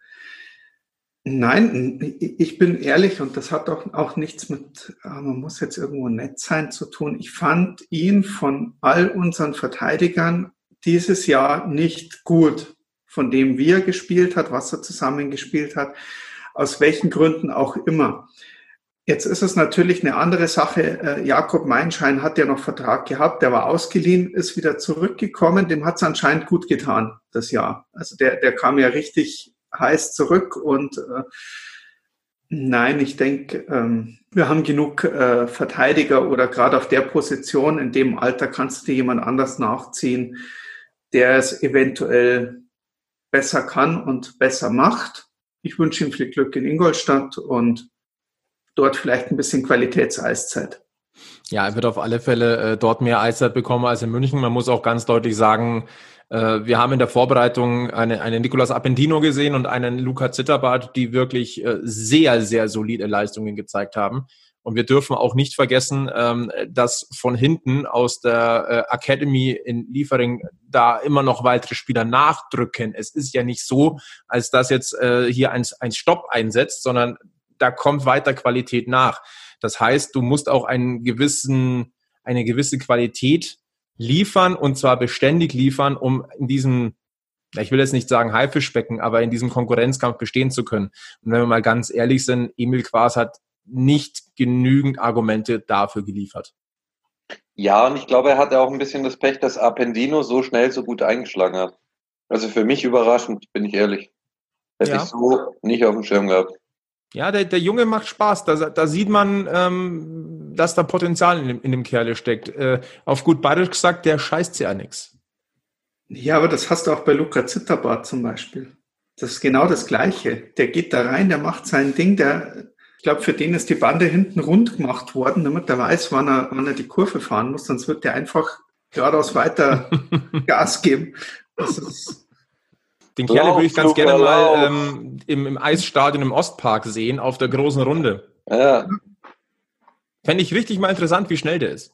Nein, ich bin ehrlich und das hat auch nichts mit, man muss jetzt irgendwo nett sein zu tun. Ich fand ihn von all unseren Verteidigern dieses Jahr nicht gut, von dem wie er gespielt hat, was er zusammengespielt hat, aus welchen Gründen auch immer. Jetzt ist es natürlich eine andere Sache. Jakob Meinschein hat ja noch Vertrag gehabt, der war ausgeliehen, ist wieder zurückgekommen, dem hat es anscheinend gut getan, das Jahr. Also der kam ja richtig heiß zurück und nein, ich denke, wir haben genug Verteidiger oder gerade auf der Position, in dem Alter kannst du dir jemand anders nachziehen, der es eventuell besser kann und besser macht. Ich wünsche ihm viel Glück in Ingolstadt und dort vielleicht ein bisschen Qualitätseiszeit. Ja, er wird auf alle Fälle dort mehr Eiszeit bekommen als in München. Man muss auch ganz deutlich sagen, wir haben in der Vorbereitung einen Nicolas Appendino gesehen und einen Luca Zitterbart, die wirklich sehr, sehr solide Leistungen gezeigt haben. Und wir dürfen auch nicht vergessen, dass von hinten aus der Academy in Liefering da immer noch weitere Spieler nachdrücken. Es ist ja nicht so, als dass jetzt hier ein Stopp einsetzt, sondern da kommt weiter Qualität nach. Das heißt, du musst auch eine gewisse Qualität liefern und zwar beständig liefern, um in diesem, ich will jetzt nicht sagen Haifischbecken, aber in diesem Konkurrenzkampf bestehen zu können. Und wenn wir mal ganz ehrlich sind, Emil Quas hat nicht genügend Argumente dafür geliefert. Ja, und ich glaube, er hatte auch ein bisschen das Pech, dass Appendino so schnell so gut eingeschlagen hat. Also für mich überraschend, bin ich ehrlich. Hätte Ja. ich so nicht auf dem Schirm gehabt. Ja, der Junge macht Spaß. Da sieht man, dass da Potenzial in dem Kerle steckt. Auf gut Bayerisch gesagt, der scheißt ja nix. Ja, aber das hast du auch bei Luca Zitterbart zum Beispiel. Das ist genau das Gleiche. Der geht da rein, der macht sein Ding, ich glaube, für den ist die Bande hinten rund gemacht worden, damit er weiß, wann er die Kurve fahren muss, sonst wird der einfach geradeaus weiter Gas geben. Das ist, Den Kerle würde ich ganz Lauf, gerne Luca, mal lauf. im Eisstadion im Ostpark sehen, auf der großen Runde. Ja. Fände ich richtig mal interessant, wie schnell der ist.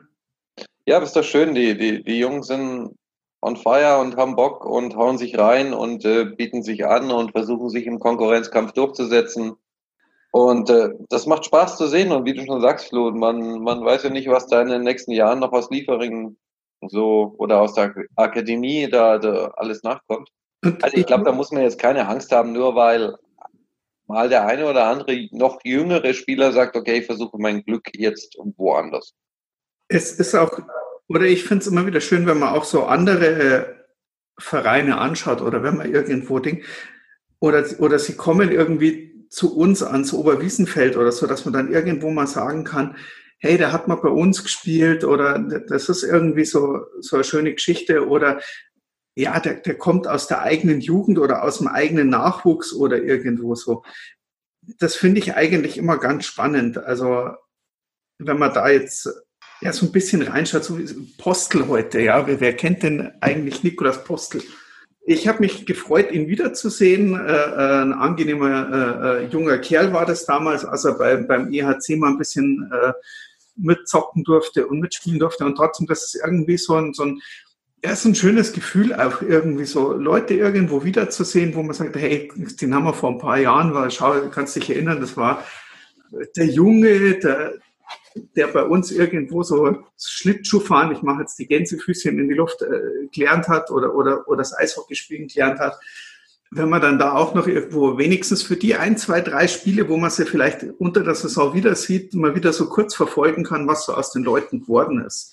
Ja, aber ist doch schön. Die Jungs sind on fire und haben Bock und hauen sich rein und bieten sich an und versuchen sich im Konkurrenzkampf durchzusetzen. Und das macht Spaß zu sehen. Und wie du schon sagst, Flo, man weiß ja nicht, was da in den nächsten Jahren noch aus Liefering so oder aus der Akademie da alles nachkommt. Also ich glaube, da muss man jetzt keine Angst haben, nur weil mal der eine oder andere noch jüngere Spieler sagt, okay, ich versuche mein Glück jetzt woanders. es ist auch, oder ich finde es immer wieder schön, wenn man auch so andere Vereine anschaut oder wenn man irgendwo denkt, oder sie kommen irgendwie zu uns ans Oberwiesenfeld oder so, dass man dann irgendwo mal sagen kann, hey, der hat mal bei uns gespielt oder das ist irgendwie so eine schöne Geschichte oder ja, der kommt aus der eigenen Jugend oder aus dem eigenen Nachwuchs oder irgendwo so. Das finde ich eigentlich immer ganz spannend. Also wenn man da jetzt ja so ein bisschen reinschaut, so wie Postel heute, ja, wer kennt denn eigentlich Nikolaus Postel? Ich habe mich gefreut, ihn wiederzusehen. Ein angenehmer junger Kerl war das damals, als er beim EHC mal ein bisschen mitzocken durfte und mitspielen durfte. Und trotzdem, das ist irgendwie so ein schönes Gefühl, auch irgendwie so Leute irgendwo wiederzusehen, wo man sagt, hey, den haben wir vor ein paar Jahren, weil schau, du kannst dich erinnern, das war der Junge, der bei uns irgendwo so Schlittschuhfahren, ich mache jetzt die Gänsefüßchen in die Luft, gelernt hat oder das Eishockeyspielen gelernt hat. Wenn man dann da auch noch irgendwo wenigstens für die 1, 2, 3 Spiele, wo man sie vielleicht unter der Saison wieder sieht, mal wieder so kurz verfolgen kann, was so aus den Leuten geworden ist.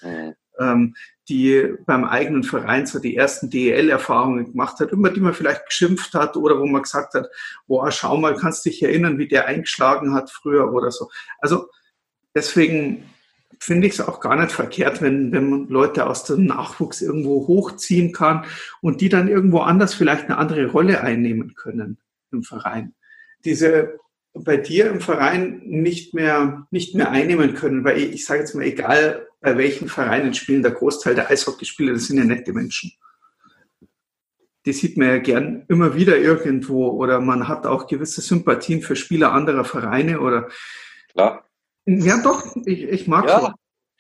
Die beim eigenen Verein so die ersten DEL-Erfahrungen gemacht hat, über die man vielleicht geschimpft hat oder wo man gesagt hat, boah, schau mal, kannst dich erinnern, wie der eingeschlagen hat früher oder so. Also deswegen finde ich es auch gar nicht verkehrt, wenn man Leute aus dem Nachwuchs irgendwo hochziehen kann und die dann irgendwo anders vielleicht eine andere Rolle einnehmen können im Verein. Diese bei dir im Verein nicht mehr einnehmen können, weil ich sage jetzt mal, egal bei welchen Vereinen spielen, der Großteil der Eishockeyspieler, das sind ja nette Menschen. Die sieht man ja gern immer wieder irgendwo oder man hat auch gewisse Sympathien für Spieler anderer Vereine oder Klar. Ja, doch, ich mag Ja, so.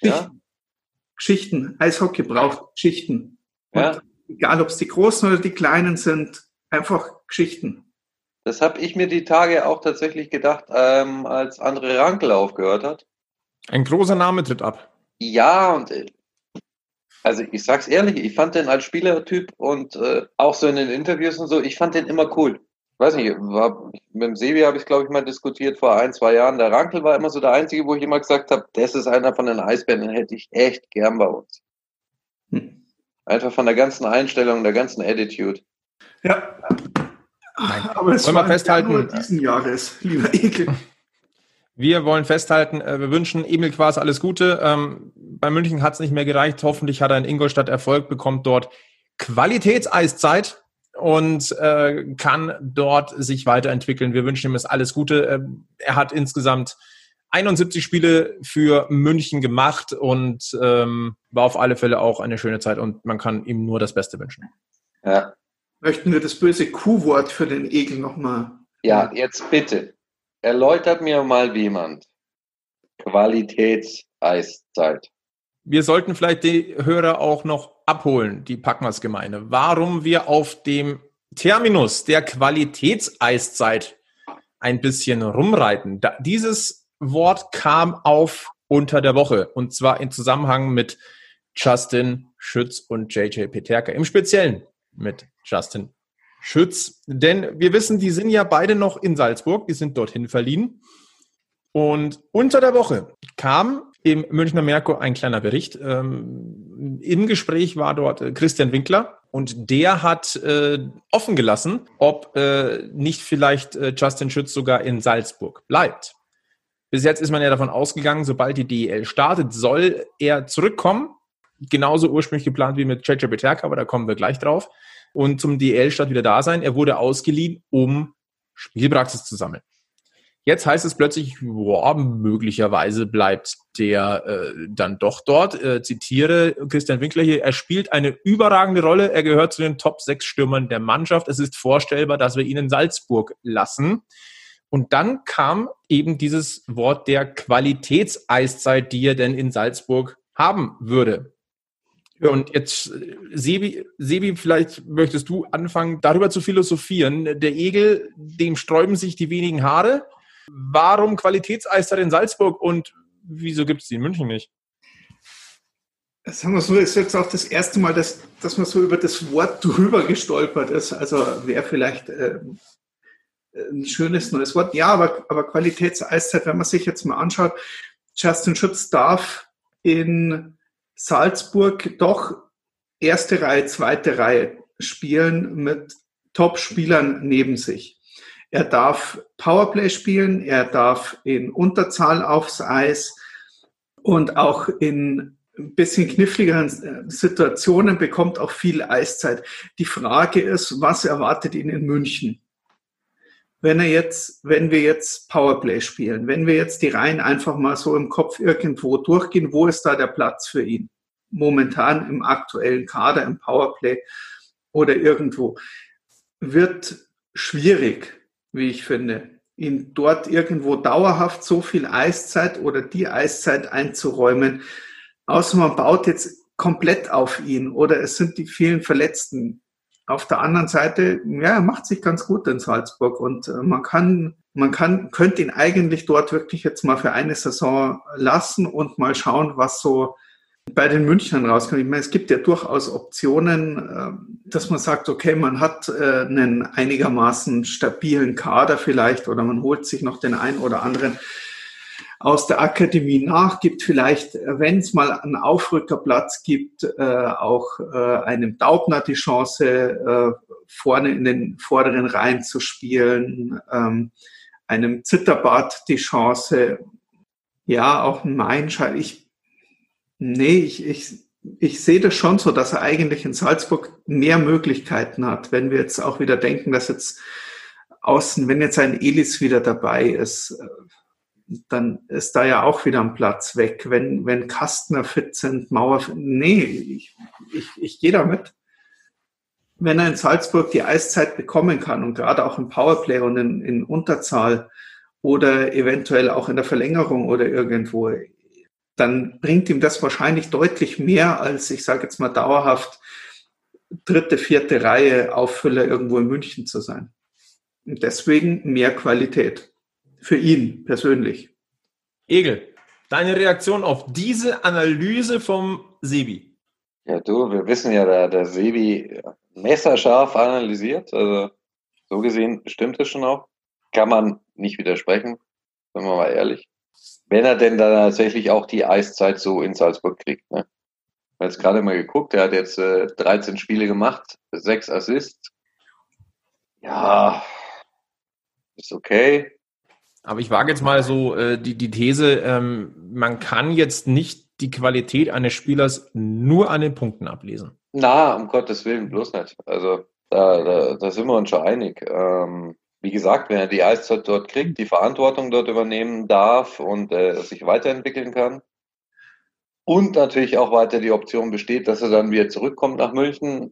Geschichten. Eishockey braucht Geschichten. Ja. Und egal, ob es die Großen oder die Kleinen sind, einfach Geschichten. Das habe ich mir die Tage auch tatsächlich gedacht, als André Rankel aufgehört hat. Ein großer Name tritt ab. Ja, und also ich sag's ehrlich, ich fand den als Spielertyp und auch so in den Interviews und so, ich fand den immer cool. Weiß nicht, mit dem Sebi habe ich glaube ich mal diskutiert vor 1, 2 Jahren. Der Rankel war immer so der Einzige, wo ich immer gesagt habe, das ist einer von den Eisbären, den hätte ich echt gern bei uns. Einfach von der ganzen Einstellung, der ganzen Attitude. Ja. Aber es wollen wir festhalten, nur diesen Jahres, lieber Egel. Wir wollen festhalten, wir wünschen Emil Quas alles Gute. Bei München hat es nicht mehr gereicht. Hoffentlich hat er in Ingolstadt Erfolg, bekommt dort Qualitätseiszeit und kann dort sich weiterentwickeln. Wir wünschen ihm alles Gute. Er hat insgesamt 71 Spiele für München gemacht und war auf alle Fälle auch eine schöne Zeit und man kann ihm nur das Beste wünschen. Ja. Möchten wir das böse Q-Wort für den Egel nochmal? Ja, jetzt bitte. Erläutert mir mal jemand Qualitätseiszeit. Wir sollten vielleicht die Hörer auch noch abholen, die Packmas-Gemeinde, warum wir auf dem Terminus der Qualitätseiszeit ein bisschen rumreiten. Dieses Wort kam auf unter der Woche und zwar in Zusammenhang mit Justin Schütz und JJ Peterka. Im Speziellen mit Justin Schütz, denn wir wissen, die sind ja beide noch in Salzburg, die sind dorthin verliehen. Und unter der Woche kam im Münchner Merkur ein kleiner Bericht. Im Gespräch war dort Christian Winkler und der hat offen gelassen, ob nicht vielleicht Justin Schütz sogar in Salzburg bleibt. Bis jetzt ist man ja davon ausgegangen, sobald die DEL startet, soll er zurückkommen. Genauso ursprünglich geplant wie mit JJ Peterka, aber da kommen wir gleich drauf. Und zum DEL-Start wieder da sein. Er wurde ausgeliehen, um Spielpraxis zu sammeln. Jetzt heißt es plötzlich, boah, möglicherweise bleibt der dann doch dort. Zitiere Christian Winkler hier, er spielt eine überragende Rolle. Er gehört zu den Top 6 Stürmern der Mannschaft. Es ist vorstellbar, dass wir ihn in Salzburg lassen. Und dann kam eben dieses Wort der Qualitätseiszeit, die er denn in Salzburg haben würde. Und jetzt, Sebi, vielleicht möchtest du anfangen, darüber zu philosophieren. Der Egel, dem sträuben sich die wenigen Haare. Warum Qualitätseiszeit in Salzburg und wieso gibt es die in München nicht? Sagen wir so, ist jetzt auch das erste Mal, dass man so über das Wort drüber gestolpert ist. Also wäre vielleicht ein schönes neues Wort. Ja, aber Qualitätseiszeit, wenn man sich jetzt mal anschaut, Justin Schütz darf in Salzburg doch erste Reihe, zweite Reihe spielen mit Top-Spielern neben sich. Er darf Powerplay spielen, er darf in Unterzahl aufs Eis und auch in ein bisschen kniffligeren Situationen bekommt auch viel Eiszeit. Die Frage ist, was erwartet ihn in München? Wenn wir jetzt Powerplay spielen, wenn wir jetzt die Reihen einfach mal so im Kopf irgendwo durchgehen, wo ist da der Platz für ihn? Momentan im aktuellen Kader, im Powerplay oder irgendwo. Wird schwierig, wie ich finde, ihn dort irgendwo dauerhaft so viel Eiszeit oder die Eiszeit einzuräumen. Außer man baut jetzt komplett auf ihn oder es sind die vielen Verletzten. Auf der anderen Seite, ja, er macht sich ganz gut in Salzburg und könnte ihn eigentlich dort wirklich jetzt mal für eine Saison lassen und mal schauen, was so bei den Münchnern rauskommt. Ich meine, es gibt ja durchaus Optionen, dass man sagt, okay, man hat einen einigermaßen stabilen Kader vielleicht oder man holt sich noch den einen oder anderen aus der Akademie nach, gibt vielleicht, wenn es mal einen Aufrückerplatz gibt, auch einem Daubner die Chance, vorne in den vorderen Reihen zu spielen, einem Zitterbart die Chance, ja, auch ein Mainscheid. Ich sehe das schon so, dass er eigentlich in Salzburg mehr Möglichkeiten hat, wenn wir jetzt auch wieder denken, dass jetzt außen, wenn jetzt ein Elis wieder dabei ist, dann ist da ja auch wieder ein Platz weg. Wenn Kastner fit sind, Mauer, ich gehe damit. Wenn er in Salzburg die Eiszeit bekommen kann und gerade auch im Powerplay und in Unterzahl oder eventuell auch in der Verlängerung oder irgendwo, dann bringt ihm das wahrscheinlich deutlich mehr als, ich sage jetzt mal, dauerhaft 3., 4. Reihe Auffüller irgendwo in München zu sein. Und deswegen mehr Qualität. Für ihn persönlich. Egel, deine Reaktion auf diese Analyse vom Sebi? Ja, wir wissen ja, der Sebi messerscharf analysiert. Also so gesehen stimmt es schon auch. Kann man nicht widersprechen, wenn wir mal ehrlich. Wenn er denn dann tatsächlich auch die Eiszeit so in Salzburg kriegt. Ne? Ich habe jetzt gerade mal geguckt, er hat jetzt 13 Spiele gemacht, 6 Assists. Ja, ist okay. Aber ich wage jetzt mal so die These, man kann jetzt nicht die Qualität eines Spielers nur an den Punkten ablesen. Na, um Gottes Willen, bloß nicht. Also da sind wir uns schon einig. Wie gesagt, wenn er die Eiszeit dort kriegt, die Verantwortung dort übernehmen darf und sich weiterentwickeln kann und natürlich auch weiter die Option besteht, dass er dann wieder zurückkommt nach München.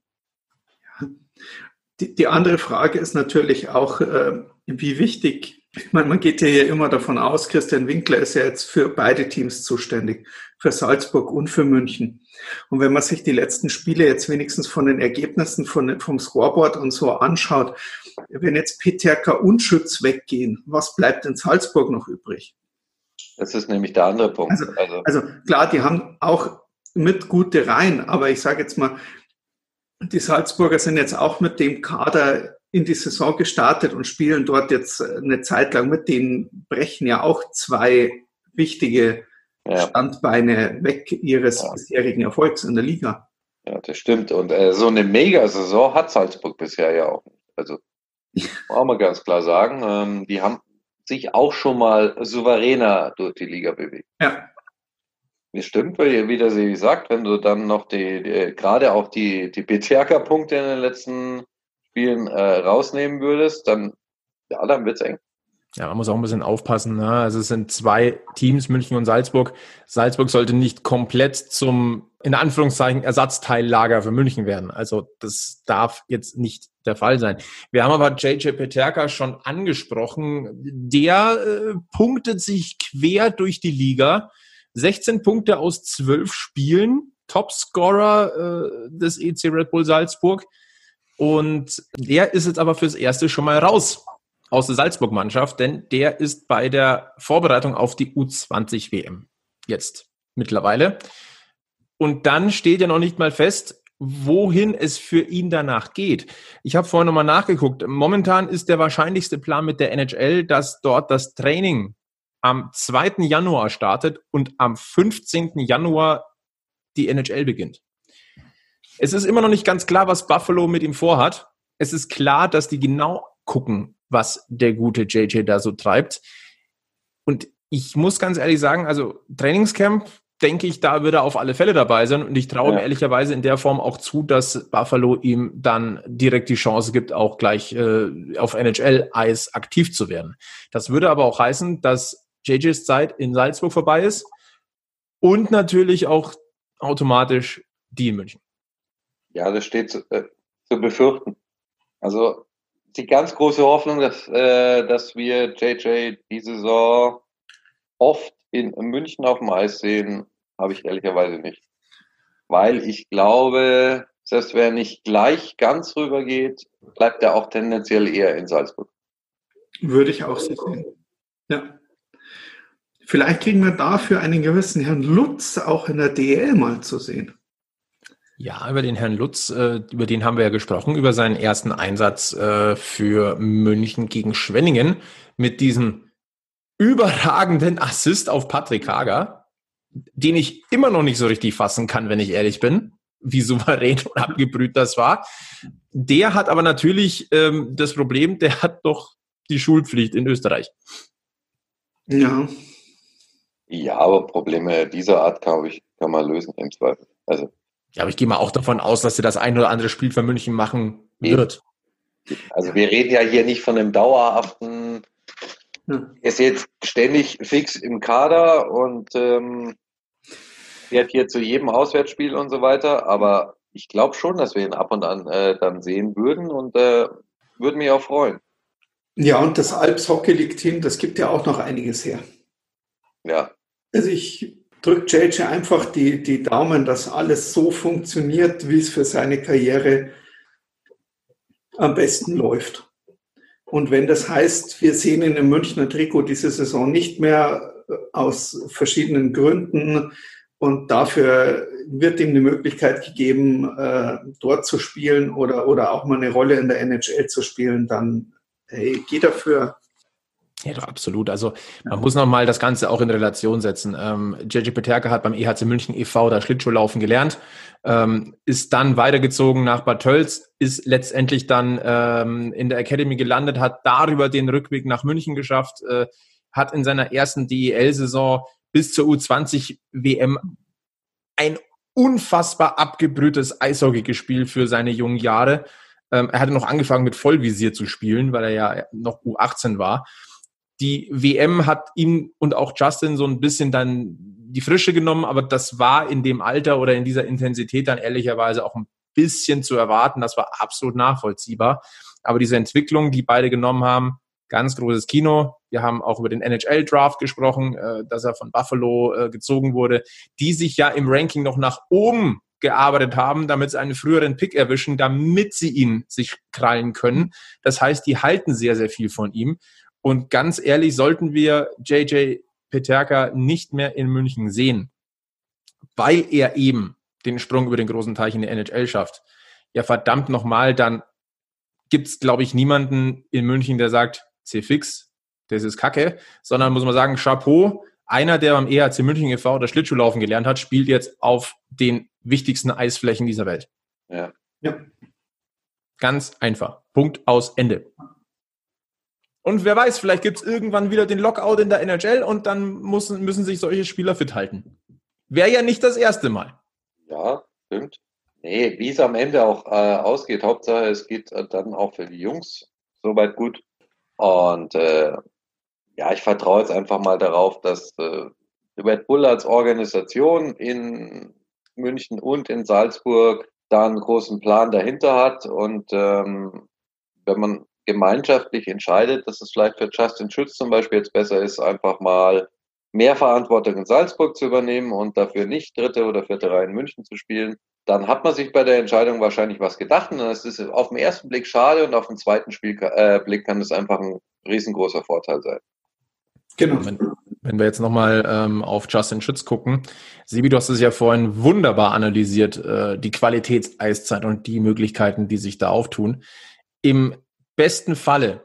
Die andere Frage ist natürlich auch, wie wichtig, ich meine, man geht ja immer davon aus, Christian Winkler ist ja jetzt für beide Teams zuständig, für Salzburg und für München. Und wenn man sich die letzten Spiele jetzt wenigstens von den Ergebnissen vom Scoreboard und so anschaut, wenn jetzt Peterka und Schütz weggehen, was bleibt in Salzburg noch übrig? Das ist nämlich der andere Punkt. Also klar, die haben auch mit gute Reihen, aber ich sage jetzt mal, die Salzburger sind jetzt auch mit dem Kader in die Saison gestartet und spielen dort jetzt eine Zeit lang mit. Denen brechen ja auch 2 wichtige Standbeine weg ihres bisherigen Erfolgs in der Liga. Ja, das stimmt. Und so eine Mega-Saison hat Salzburg bisher ja auch nicht. Also, muss man ganz klar sagen, die haben sich auch schon mal souveräner durch die Liga bewegt. Ja. Das stimmt, wie der Sebi sagt, wenn du dann noch gerade auch die Peterka-Punkte in den letzten Spielen rausnehmen würdest, dann wird's eng. Ja, man muss auch ein bisschen aufpassen. Ne? Also es sind 2 Teams, München und Salzburg. Salzburg sollte nicht komplett zum, in Anführungszeichen, Ersatzteillager für München werden. Also das darf jetzt nicht der Fall sein. Wir haben aber JJ Peterka schon angesprochen. Der punktet sich quer durch die Liga. 16 Punkte aus 12 Spielen. Topscorer des EC Red Bull Salzburg. Und der ist jetzt aber fürs Erste schon mal raus aus der Salzburg-Mannschaft, denn der ist bei der Vorbereitung auf die U20-WM jetzt mittlerweile. Und dann steht ja noch nicht mal fest, wohin es für ihn danach geht. Ich habe vorhin nochmal nachgeguckt. Momentan ist der wahrscheinlichste Plan mit der NHL, dass dort das Training am 2. Januar startet und am 15. Januar die NHL beginnt. Es ist immer noch nicht ganz klar, was Buffalo mit ihm vorhat. Es ist klar, dass die genau gucken, was der gute JJ da so treibt. Und ich muss ganz ehrlich sagen, also Trainingscamp, denke ich, da wird er auf alle Fälle dabei sein. Und ich traue ihm ehrlicherweise in der Form auch zu, dass Buffalo ihm dann direkt die Chance gibt, auch gleich auf NHL-Eis aktiv zu werden. Das würde aber auch heißen, dass JJs Zeit in Salzburg vorbei ist und natürlich auch automatisch die in München. Ja, das steht zu befürchten. Also die ganz große Hoffnung, dass wir JJ diese Saison oft in München auf dem Eis sehen, habe ich ehrlicherweise nicht. Weil ich glaube, selbst wenn er nicht gleich ganz rüber geht, bleibt er auch tendenziell eher in Salzburg. Würde ich auch so sehen. Ja. Vielleicht kriegen wir dafür einen gewissen Herrn Lutz auch in der DEL mal zu sehen. Ja, über den Herrn Lutz, über den haben wir ja gesprochen, über seinen ersten Einsatz für München gegen Schwenningen mit diesem überragenden Assist auf Patrick Hager, den ich immer noch nicht so richtig fassen kann, wenn ich ehrlich bin, wie souverän und abgebrüht das war. Der hat aber natürlich das Problem, der hat doch die Schulpflicht in Österreich. Ja. Ja, aber Probleme dieser Art, kann man lösen im Zweifel. Also, ja, aber ich gehe mal auch davon aus, dass er das ein oder andere Spiel für München machen wird. Also wir reden ja hier nicht von einem dauerhaften, ist jetzt ständig fix im Kader und fährt hier zu jedem Auswärtsspiel und so weiter, aber ich glaube schon, dass wir ihn ab und an dann sehen würden und würde mich auch freuen. Ja, und das Alps Hockey League Team, das gibt ja auch noch einiges her. Ja. Also ich drücke JJ einfach die Daumen, dass alles so funktioniert, wie es für seine Karriere am besten läuft. Und wenn das heißt, wir sehen ihn im Münchner Trikot diese Saison nicht mehr aus verschiedenen Gründen und dafür wird ihm die Möglichkeit gegeben, dort zu spielen oder auch mal eine Rolle in der NHL zu spielen, dann hey, geh dafür. Ja, doch, absolut. Also man muss nochmal das Ganze auch in Relation setzen. JJ Peterka hat beim EHC München e.V. da Schlittschuhlaufen gelernt, ist dann weitergezogen nach Bad Tölz, ist letztendlich dann in der Academy gelandet, hat darüber den Rückweg nach München geschafft, hat in seiner ersten DEL-Saison bis zur U20-WM ein unfassbar abgebrühtes Eishockey gespielt für seine jungen Jahre. Er hatte noch angefangen mit Vollvisier zu spielen, weil er ja noch U18 war. Die WM hat ihm und auch Justin so ein bisschen dann die Frische genommen, aber das war in dem Alter oder in dieser Intensität dann ehrlicherweise auch ein bisschen zu erwarten. Das war absolut nachvollziehbar. Aber diese Entwicklung, die beide genommen haben, ganz großes Kino. Wir haben auch über den NHL-Draft gesprochen, dass er von Buffalo gezogen wurde, die sich ja im Ranking noch nach oben gearbeitet haben, damit sie einen früheren Pick erwischen, damit sie ihn sich krallen können. Das heißt, die halten sehr, sehr viel von ihm. Und ganz ehrlich, sollten wir JJ Peterka nicht mehr in München sehen, weil er eben den Sprung über den großen Teich in die NHL schafft, ja verdammt nochmal, dann gibt's, glaube ich, niemanden in München, der sagt, C-Fix, das ist Kacke, sondern muss man sagen, Chapeau, einer, der beim EHC München e.V. oder Schlittschuhlaufen gelernt hat, spielt jetzt auf den wichtigsten Eisflächen dieser Welt. Ja. Ganz einfach. Punkt, aus, Ende. Und wer weiß, vielleicht gibt es irgendwann wieder den Lockout in der NHL und dann müssen sich solche Spieler fit halten. Wäre ja nicht das erste Mal. Ja, stimmt. Nee, wie es am Ende auch ausgeht, Hauptsache es geht dann auch für die Jungs soweit gut. Und ich vertraue jetzt einfach mal darauf, dass Red Bull als Organisation in München und in Salzburg da einen großen Plan dahinter hat. Und wenn man gemeinschaftlich entscheidet, dass es vielleicht für Justin Schütz zum Beispiel jetzt besser ist, einfach mal mehr Verantwortung in Salzburg zu übernehmen und dafür nicht dritte oder vierte Reihe in München zu spielen, dann hat man sich bei der Entscheidung wahrscheinlich was gedacht. Und das ist auf den ersten Blick schade und auf den zweiten Blick kann es einfach ein riesengroßer Vorteil sein. Genau. Wenn wir jetzt nochmal auf Justin Schütz gucken, Sebi, du hast es ja vorhin wunderbar analysiert, die Qualitätseiszeit und die Möglichkeiten, die sich da auftun. Im besten Falle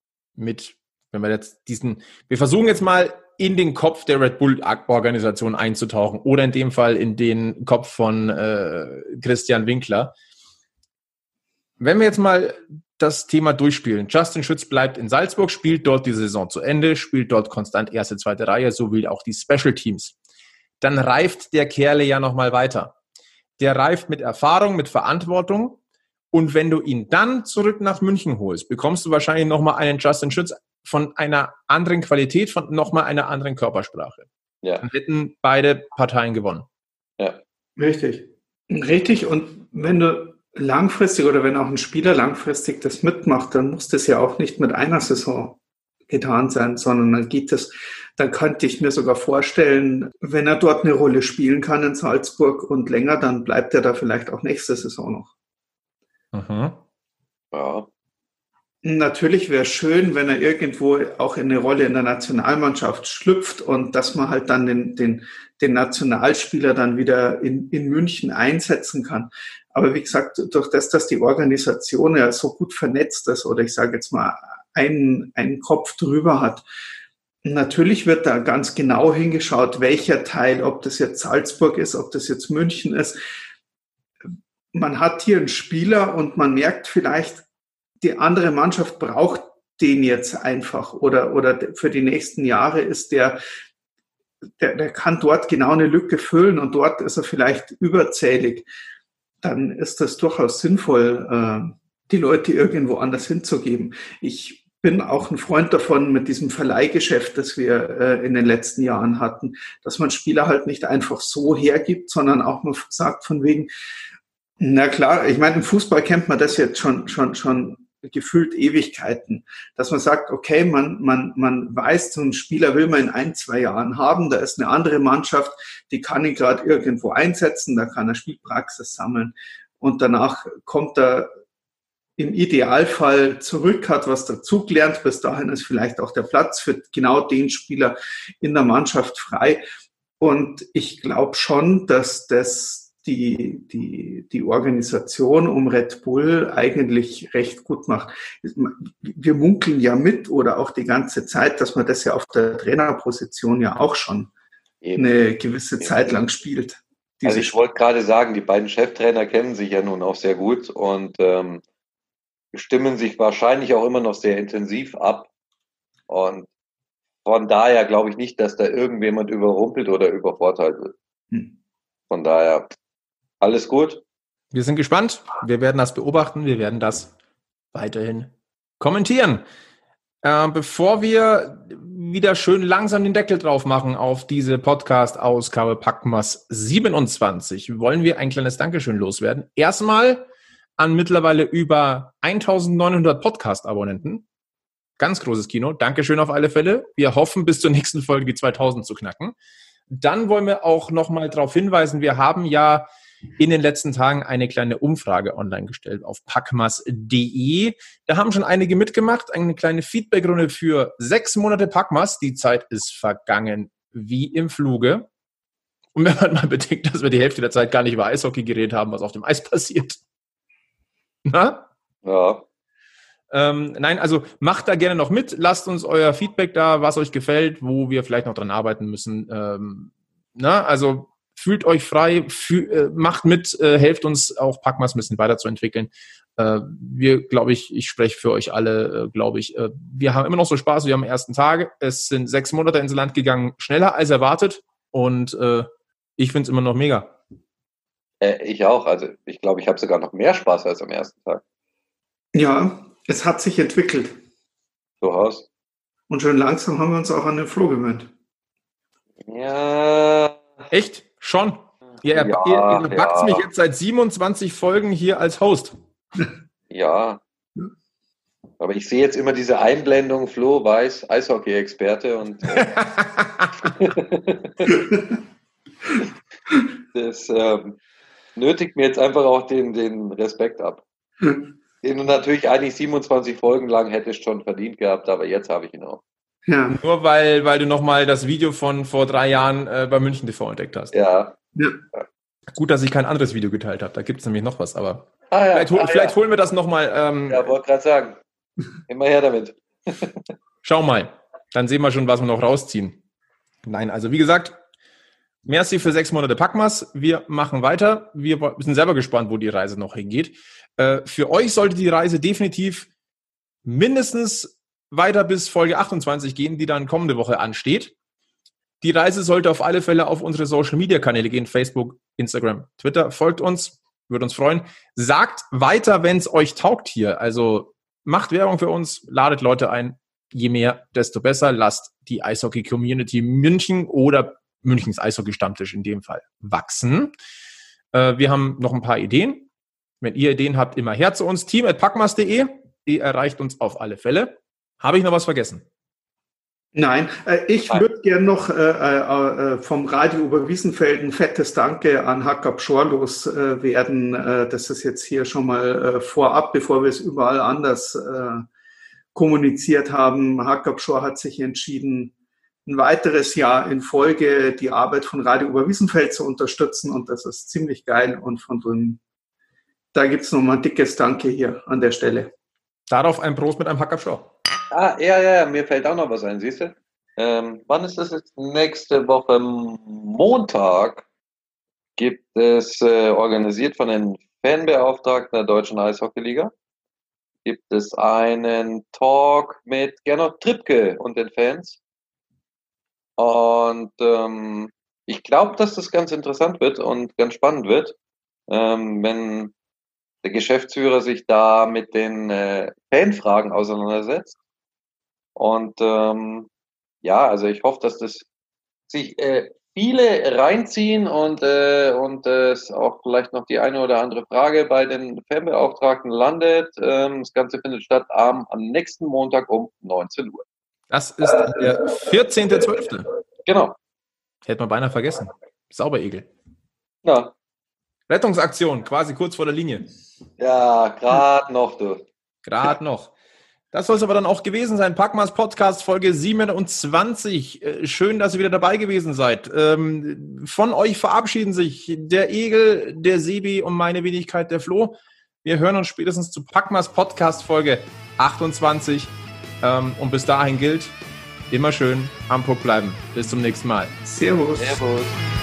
wir versuchen jetzt mal in den Kopf der Red Bull-Organisation einzutauchen oder in dem Fall in den Kopf von Christian Winkler. Wenn wir jetzt mal das Thema durchspielen. Justin Schütz bleibt in Salzburg, spielt dort die Saison zu Ende, spielt dort konstant erste, zweite Reihe, sowie auch die Special Teams. Dann reift der Kerle ja nochmal weiter. Der reift mit Erfahrung, mit Verantwortung. Und wenn du ihn dann zurück nach München holst, bekommst du wahrscheinlich nochmal einen Justin Schütz von einer anderen Qualität, von nochmal einer anderen Körpersprache. Ja. Dann hätten beide Parteien gewonnen. Ja. Richtig. Richtig. Und wenn du langfristig oder wenn auch ein Spieler langfristig das mitmacht, dann muss das ja auch nicht mit einer Saison getan sein, sondern dann geht es, dann könnte ich mir sogar vorstellen, wenn er dort eine Rolle spielen kann in Salzburg und länger, dann bleibt er da vielleicht auch nächste Saison noch. Mhm. Ja. Natürlich wäre es schön, wenn er irgendwo auch in eine Rolle in der Nationalmannschaft schlüpft und dass man halt dann den Nationalspieler dann wieder in München einsetzen kann. Aber wie gesagt, durch das, dass die Organisation ja so gut vernetzt ist oder ich sage jetzt mal einen Kopf drüber hat, natürlich wird da ganz genau hingeschaut, welcher Teil, ob das jetzt Salzburg ist, ob das jetzt München ist. Man hat hier einen Spieler und man merkt vielleicht, die andere Mannschaft braucht den jetzt einfach oder für die nächsten Jahre ist der kann dort genau eine Lücke füllen und dort ist er vielleicht überzählig. Dann ist das durchaus sinnvoll, die Leute irgendwo anders hinzugeben. Ich bin auch ein Freund davon mit diesem Verleihgeschäft, das wir in den letzten Jahren hatten, dass man Spieler halt nicht einfach so hergibt, sondern auch mal sagt von wegen, na klar, ich meine, im Fußball kennt man das jetzt schon gefühlt Ewigkeiten, dass man sagt, okay, man weiß, so ein Spieler will man in 1-2 Jahren haben, da ist eine andere Mannschaft, die kann ihn gerade irgendwo einsetzen, da kann er Spielpraxis sammeln und danach kommt er im Idealfall zurück, hat was dazugelernt, bis dahin ist vielleicht auch der Platz für genau den Spieler in der Mannschaft frei und ich glaube schon, dass das die Organisation um Red Bull eigentlich recht gut macht. Wir munkeln ja mit oder auch die ganze Zeit, dass man das ja auf der Trainerposition ja auch schon eine gewisse Zeit lang spielt. Also ich wollte gerade sagen, die beiden Cheftrainer kennen sich ja nun auch sehr gut und stimmen sich wahrscheinlich auch immer noch sehr intensiv ab. Und von daher glaube ich nicht, dass da irgendjemand überrumpelt oder übervorteilt wird. Von daher alles gut. Wir sind gespannt. Wir werden das beobachten. Wir werden das weiterhin kommentieren. Bevor wir wieder schön langsam den Deckel drauf machen auf diese Podcast-Ausgabe Packmas 27, wollen wir ein kleines Dankeschön loswerden. Erstmal an mittlerweile über 1900 Podcast-Abonnenten. Ganz großes Kino. Dankeschön auf alle Fälle. Wir hoffen, bis zur nächsten Folge die 2000 zu knacken. Dann wollen wir auch nochmal darauf hinweisen, wir haben ja in den letzten Tagen eine kleine Umfrage online gestellt auf packmas.de. Da haben schon einige mitgemacht, eine kleine Feedbackrunde für 6 Monate Packmas. Die Zeit ist vergangen wie im Fluge. Und wenn man mal bedenkt, dass wir die Hälfte der Zeit gar nicht über Eishockey geredet haben, was auf dem Eis passiert. Na? Ja. Nein, also macht da gerne noch mit. Lasst uns euer Feedback da, was euch gefällt, wo wir vielleicht noch dran arbeiten müssen. Also fühlt euch frei, macht mit, helft uns auch Packmas ein bisschen weiterzuentwickeln. Wir, glaube ich spreche für euch alle, wir haben immer noch so Spaß wie am ersten Tag. Es sind 6 Monate ins Land gegangen, schneller als erwartet und ich finde es immer noch mega. Ich auch, also ich glaube, ich habe sogar noch mehr Spaß als am ersten Tag. Ja, es hat sich entwickelt. Durchaus. Und schon langsam haben wir uns auch an den Floh gewöhnt. Ja. Echt? Schon? Ihr backt mich jetzt seit 27 Folgen hier als Host. Ja. Aber ich sehe jetzt immer diese Einblendung, Flo Weiß, Eishockey-Experte und das nötigt mir jetzt einfach auch den Respekt ab. Den du natürlich eigentlich 27 Folgen lang hättest schon verdient gehabt, aber jetzt habe ich ihn auch. Ja. Nur weil du nochmal das Video von vor 3 Jahren bei München TV entdeckt hast. Ja. Gut, dass ich kein anderes Video geteilt habe. Da gibt es nämlich noch was, aber vielleicht holen wir das nochmal. Ja, wollte gerade sagen. Immer her damit. Schau mal. Dann sehen wir schon, was wir noch rausziehen. Nein, also wie gesagt, Merci für 6 Monate Packmas. Wir machen weiter. Wir sind selber gespannt, wo die Reise noch hingeht. Für euch sollte die Reise definitiv mindestens weiter bis Folge 28 gehen, die dann kommende Woche ansteht. Die Reise sollte auf alle Fälle auf unsere Social-Media-Kanäle gehen. Facebook, Instagram, Twitter. Folgt uns. Würde uns freuen. Sagt weiter, wenn es euch taugt hier. Also macht Werbung für uns. Ladet Leute ein. Je mehr, desto besser. Lasst die Eishockey-Community München oder Münchens Eishockey-Stammtisch in dem Fall wachsen. Wir haben noch ein paar Ideen. Wenn ihr Ideen habt, immer her zu uns. team@packmas.de. Ihr erreicht uns auf alle Fälle. Habe ich noch was vergessen? Nein, ich würde gerne noch vom Radio Oberwiesenfeld ein fettes Danke an Hackab Schor loswerden. Das ist jetzt hier schon mal vorab, bevor wir es überall anders kommuniziert haben. Hackab Schor hat sich entschieden, ein weiteres Jahr in Folge die Arbeit von Radio Oberwiesenfeld zu unterstützen, und das ist ziemlich geil, und von drin, da gibt es nochmal ein dickes Danke hier an der Stelle. Darauf ein Prost mit einem Hackab Schor. Ja, mir fällt auch noch was ein, siehst du? Wann ist das jetzt? Nächste Woche Montag gibt es, organisiert von den Fanbeauftragten der Deutschen Eishockeyliga, gibt es einen Talk mit Gernot Trippke und den Fans. Und ich glaube, dass das ganz interessant wird und ganz spannend wird, wenn der Geschäftsführer sich da mit den Fanfragen auseinandersetzt. Und also ich hoffe, dass das sich viele reinziehen und es auch vielleicht noch die eine oder andere Frage bei den Fanbeauftragten landet. Das Ganze findet statt am nächsten Montag um 19 Uhr. Das ist der 14.12. Genau. Hätte man beinahe vergessen. Sauberegel. Ja. Rettungsaktion, quasi kurz vor der Linie. Ja, gerade noch, du. Gerade noch. Das soll es aber dann auch gewesen sein. Packmas Podcast Folge 27. Schön, dass ihr wieder dabei gewesen seid. Von euch verabschieden sich der Egel, der Sebi und meine Wenigkeit, der Flo. Wir hören uns spätestens zu Packmas Podcast Folge 28. Und bis dahin gilt, immer schön am Puck bleiben. Bis zum nächsten Mal. Servus. Servus.